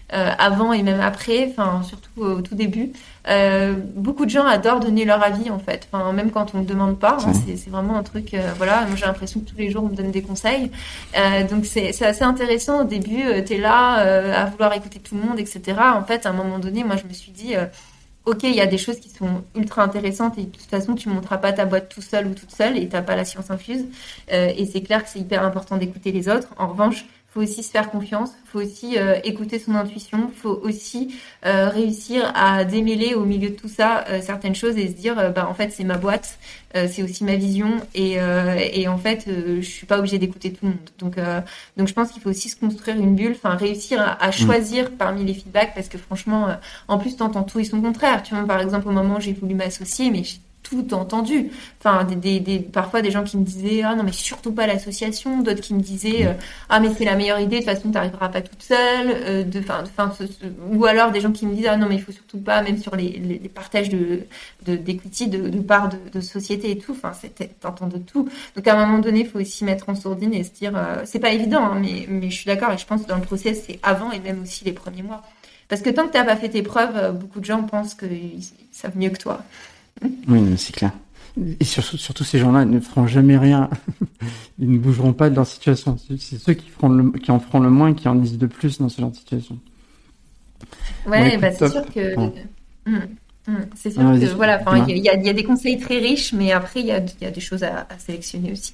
euh, avant et même après, enfin surtout au tout début. Euh, beaucoup de gens adorent donner leur avis en fait, enfin même quand on ne demande pas, hein, c'est, c'est vraiment un truc. Euh, voilà, moi j'ai l'impression que tous les jours on me donne des conseils, euh, donc c'est, c'est assez intéressant. Au début, euh, t'es là euh, à vouloir écouter tout le monde, et cetera. En fait, à un moment donné, moi je me suis dit, euh, ok, il y a des choses qui sont ultra intéressantes et de toute façon tu monteras pas ta boîte tout seul ou toute seule et t'as pas la science infuse. Euh, et c'est clair que c'est hyper important d'écouter les autres. En revanche, faut aussi se faire confiance, faut aussi euh, écouter son intuition, faut aussi euh, réussir à démêler au milieu de tout ça euh, certaines choses et se dire euh, bah en fait c'est ma boîte, euh, c'est aussi ma vision et euh, et en fait euh, je suis pas obligée d'écouter tout le monde. Donc euh, donc je pense qu'il faut aussi se construire une bulle, enfin réussir à, à choisir mmh. parmi les feedbacks parce que franchement euh, en plus t'entends tout et son contraire. Tu vois par exemple au moment où j'ai voulu m'associer mais j'ai tout entendu. Enfin, des, des, des, parfois des gens qui me disaient ah non mais surtout pas l'association, d'autres qui me disaient euh, ah mais c'est la meilleure idée, de toute façon t'arriveras pas toute seule, euh, de, fin, de, fin, ce, ce, ou alors des gens qui me disent ah non mais il faut surtout pas, même sur les, les, les partages de, de d'equity, de, de parts de, de société et tout. Enfin, c'est, t'entends de tout. Donc à un moment donné, il faut aussi mettre en sourdine et se dire euh, c'est pas évident, hein, mais mais je suis d'accord et je pense que dans le process c'est avant et même aussi les premiers mois. Parce que tant que t'as pas fait tes preuves, beaucoup de gens pensent qu'ils savent mieux que toi. Oui, c'est clair. Et surtout, surtout ces gens-là ne feront jamais rien. Ils ne bougeront pas de leur situation. C'est ceux qui, feront le, qui en feront le moins et qui en disent de plus dans ce genre de situation. Ouais, bon, écoute, bah, c'est top. sûr que... Ouais. Mmh, mmh, c'est sûr ah, que, voilà, il y, y, y a des conseils très riches, mais après, il y a, y a des choses à, à sélectionner aussi.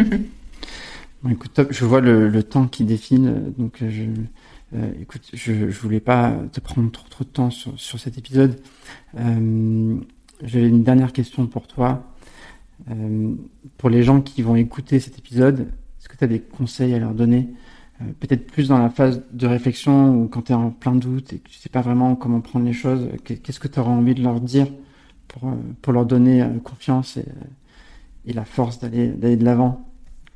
Bon, écoute, top. Je vois le, le temps qui défile, donc je... Euh, écoute, je, je voulais pas te prendre trop trop de temps sur, sur cet épisode. Euh, J'avais une dernière question pour toi. Euh, pour les gens qui vont écouter cet épisode, est-ce que tu as des conseils à leur donner euh, peut-être plus dans la phase de réflexion ou quand tu es en plein doute et que tu sais pas vraiment comment prendre les choses, qu'est-ce que tu auras envie de leur dire pour, pour leur donner confiance et, et la force d'aller, d'aller de l'avant?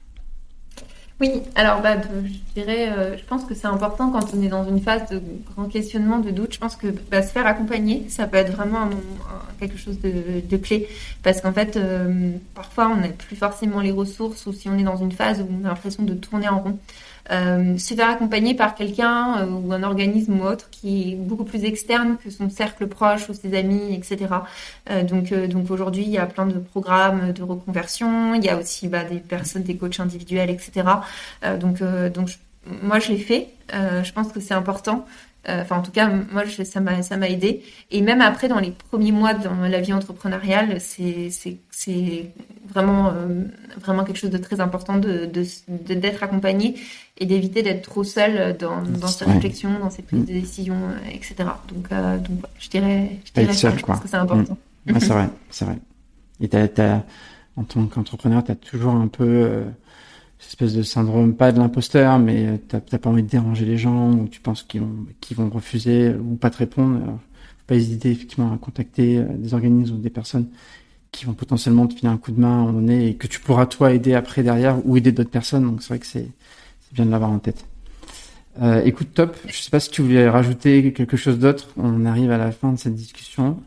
Oui, alors bah, je dirais, euh, je pense que c'est important quand on est dans une phase de grand questionnement, de doute. Je pense que bah, se faire accompagner, ça peut être vraiment un, un, quelque chose de, de clé, parce qu'en fait, euh, parfois on n'a plus forcément les ressources, ou si on est dans une phase où on a l'impression de tourner en rond. Euh, se faire accompagner par quelqu'un euh, ou un organisme ou autre qui est beaucoup plus externe que son cercle proche ou ses amis, et cetera. Euh, donc, euh, donc aujourd'hui, il y a plein de programmes de reconversion. Il y a aussi bah, des personnes, des coachs individuels, et cetera. Euh, donc, euh, donc je, moi, je l'ai fait. Euh, je pense que c'est important. Enfin, en tout cas, moi, je, ça m'a, ça m'a aidé. Et même après, dans les premiers mois dans la vie entrepreneuriale, c'est, c'est, c'est vraiment, euh, vraiment quelque chose de très important de, de, de d'être accompagné et d'éviter d'être trop seul dans, dans ses réflexions, dans ses prises de décision, et cetera. Donc, euh, donc, je dirais, je dirais ça. Je pense que c'est important. Mmh. Ouais, c'est vrai, c'est vrai. Et t'as, t'as, en tant qu'entrepreneur, t'as toujours un peu euh, cette espèce de syndrome, pas de l'imposteur, mais t'as, t'as pas envie de déranger les gens, ou tu penses qu'ils vont, qu'ils vont refuser ou pas te répondre. Alors, faut pas hésiter effectivement à contacter des organismes ou des personnes qui vont potentiellement te filer un coup de main à un moment donné et que tu pourras toi aider après derrière ou aider d'autres personnes. Donc c'est vrai que c'est, c'est bien de l'avoir en tête. Euh, écoute, top. Je sais pas si tu voulais rajouter quelque chose d'autre. On arrive à la fin de cette discussion.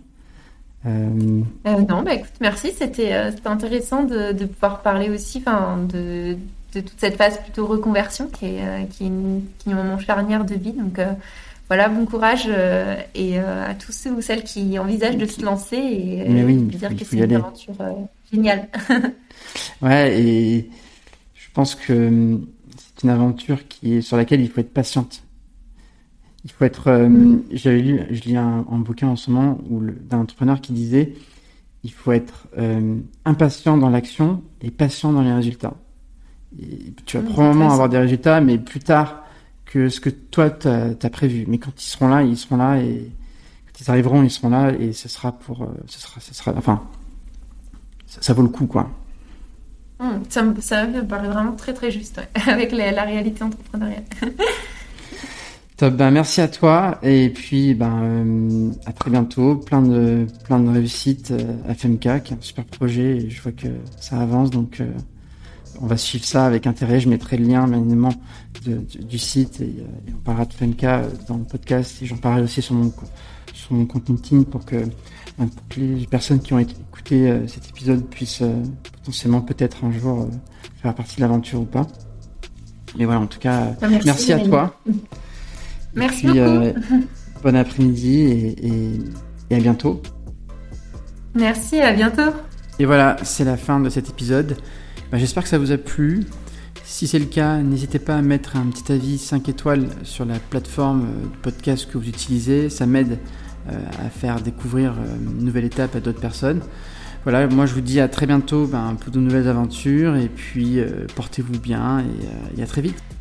Euh... Euh, non, bah écoute, merci. C'était, euh, c'était intéressant de, de pouvoir parler aussi, enfin, de, de toute cette phase plutôt reconversion qui est, euh, qui est, une, qui est un moment charnière de vie. Donc euh, voilà, bon courage euh, et euh, à tous ceux ou celles qui envisagent de se lancer et, Mais oui, et de dire que c'est une aventure euh, géniale. Ouais, et je pense que c'est une aventure qui est sur laquelle il faut être patiente. Il faut être. Euh, mmh. J'avais lu, je lis un, un bouquin en ce moment où le, d'un entrepreneur qui disait, il faut être euh, impatient dans l'action et patient dans les résultats. Et tu vas mmh, probablement avoir des résultats, mais plus tard que ce que toi t'as, t'as prévu. Mais quand ils seront là, ils seront là et quand ils arriveront, ils seront là et ce sera pour, euh, ce sera, ce sera, enfin, ça, ça vaut le coup, quoi. Mmh, ça, me, ça me paraît vraiment très très juste ouais, avec la, la réalité entrepreneuriale. Top, ben merci à toi et puis ben euh, à très bientôt, plein de plein de réussites euh, à F M K, qui est un super projet et je vois que ça avance donc euh, on va suivre ça avec intérêt. Je mettrai le lien bien évidemment de, de, du site et, euh, et on parlera de F M K dans le podcast et j'en parlerai aussi sur mon sur mon compte LinkedIn pour que, ben, pour que les personnes qui ont écouté euh, cet épisode puissent euh, potentiellement peut-être un jour euh, faire partie de l'aventure ou pas. Mais voilà, en tout cas, merci, merci à toi. Merci puis, beaucoup. Euh, bon après-midi et, et, et à bientôt. Merci, à bientôt. Et voilà, c'est la fin de cet épisode. Ben, j'espère que ça vous a plu. Si c'est le cas, n'hésitez pas à mettre un petit avis cinq étoiles sur la plateforme de podcast que vous utilisez. Ça m'aide euh, à faire découvrir euh, une nouvelle étape à d'autres personnes. Voilà, moi je vous dis à très bientôt ben, pour de nouvelles aventures et puis euh, portez-vous bien et, euh, et à très vite.